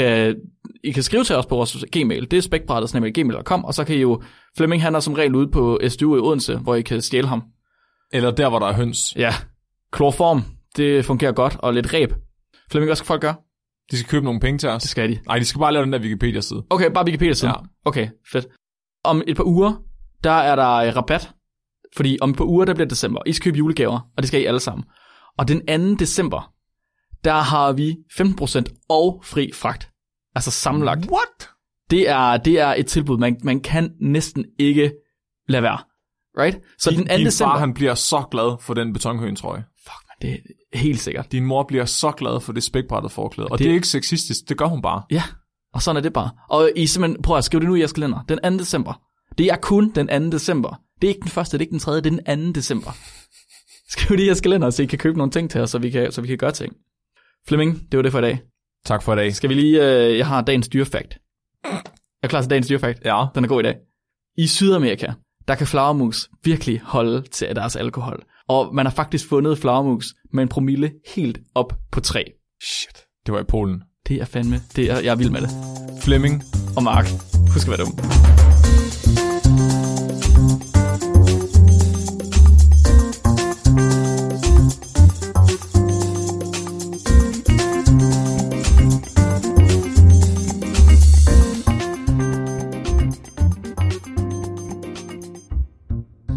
kan skrive til os på vores Gmail, det er spækbrættet@gmail.com, og så kan I jo, Flemming han er som regel ude på SDU i Odense, hvor I kan stjæle ham. Eller der, hvor der er høns. Ja, klorform, det fungerer godt, og lidt ræb. Flemming, hvad skal folk gøre? De skal købe nogle penge til os. Det skal de. Nej, de skal bare lave den der Wikipedia-side. Okay, bare Wikipedia-side. Ja. Okay, fedt. Om et par uger, der er der rabat. Fordi om et par uger, der bliver december. I skal købe julegaver, og det skal I alle sammen. Og den 2. december, der har vi 15% og fri fragt. Altså sammenlagt. What? Det er et tilbud, man kan næsten ikke lade være. Right? Så den 2. december... Far, han bliver så glad for den betonhøen-trøje. Fuck, man, det er helt sikkert. Din mor bliver så glad for det spækbrættede forklæde. Og det er ikke sexistisk, det gør hun bare. Ja, og sådan er det bare. Og I simpelthen, prøv at skrive det nu i jeres kalender. Den 2. december. Det er kun den 2. december. Det er ikke den første, det er ikke den 3., det er den 2. december. Skriv det i jeres kalender, så I kan købe nogle ting til os, så vi kan gøre ting. Flemming, det var det for i dag. Tak for i dag. Skal vi lige... jeg har dagens dyrefakt. Er du klar til dagens dyrefakt? Ja. Den er god i dag. I Sydamerika, der kan flagermus virkelig holde til deres alkohol. Og man har faktisk fundet flagermus med en promille helt op på 3. Shit. Det var i Polen. Det er fandme... jeg er vild med det. Flemming og Mark. Husk at være dumme.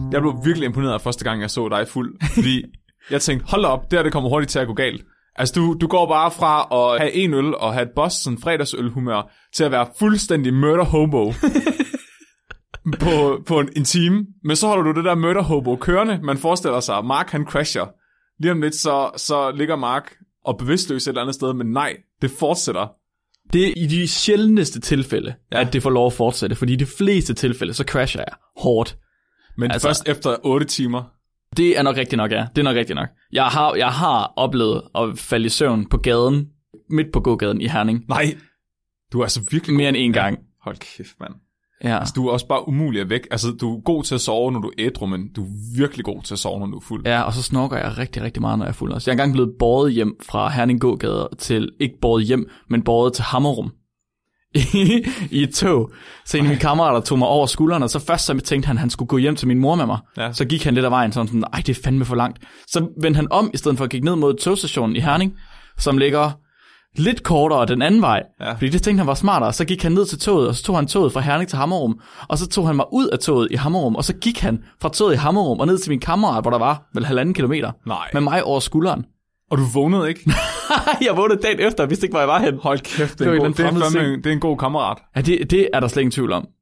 Jeg blev virkelig imponeret første gang, jeg så dig fuld. Fordi jeg tænkte, hold op, det kommer hurtigt til at gå galt. Altså, du går bare fra at have en øl og have et Boston fredagsølhumør til at være fuldstændig murder hobo på en time. Men så holder du det der murder hobo kørende. Man forestiller sig, at Mark han crasher. Lige om lidt, så ligger Mark og bevidstløs et eller andet sted, men nej, det fortsætter. Det er i de sjældneste tilfælde, at det får lov at fortsætte, fordi i de fleste tilfælde, så crasher jeg hårdt. Men altså, først efter 8 timer? Det er nok rigtigt nok, ja. Det er nok rigtigt nok. Jeg har oplevet at falde i søvn på gaden, midt på gågaden i Herning. Nej, du er altså virkelig mere end en gang. Hold kæft, mand. Ja. Altså, du er også bare umulig at væk. Altså, du er god til at sove, når du er ædru, men du er virkelig god til at sove, når du er fuld. Ja, og så snorker jeg rigtig, rigtig meget, når jeg er fuld. Altså, jeg er engang blevet båret hjem fra Herning gågade til, ikke båret hjem, men båret til Hammerum i et tog. Så en af mine kammerater tog mig over skulderen, og så først så tænkte han skulle gå hjem til min mor med mig. Ja. Så gik han lidt af vejen sådan, ej, det er fandme for langt. Så vendte han om, i stedet for at gik ned mod togstationen i Herning, som ligger lidt kortere den anden vej, fordi det tænkte han var smartere. Så gik han ned til toget, og så tog han toget fra Herning til Hammerum, og så tog han mig ud af toget i Hammerum, og så gik han fra toget i Hammerum og ned til min kammerat, hvor der var vel 1,5 kilometer, med mig over skulderen. Og du vågnede ikke? Jeg vågnede dagen efter, jeg vidste ikke, hvor jeg var hen. Hold kæft, det er en god kammerat. Ja, det er der slet ingen tvivl om.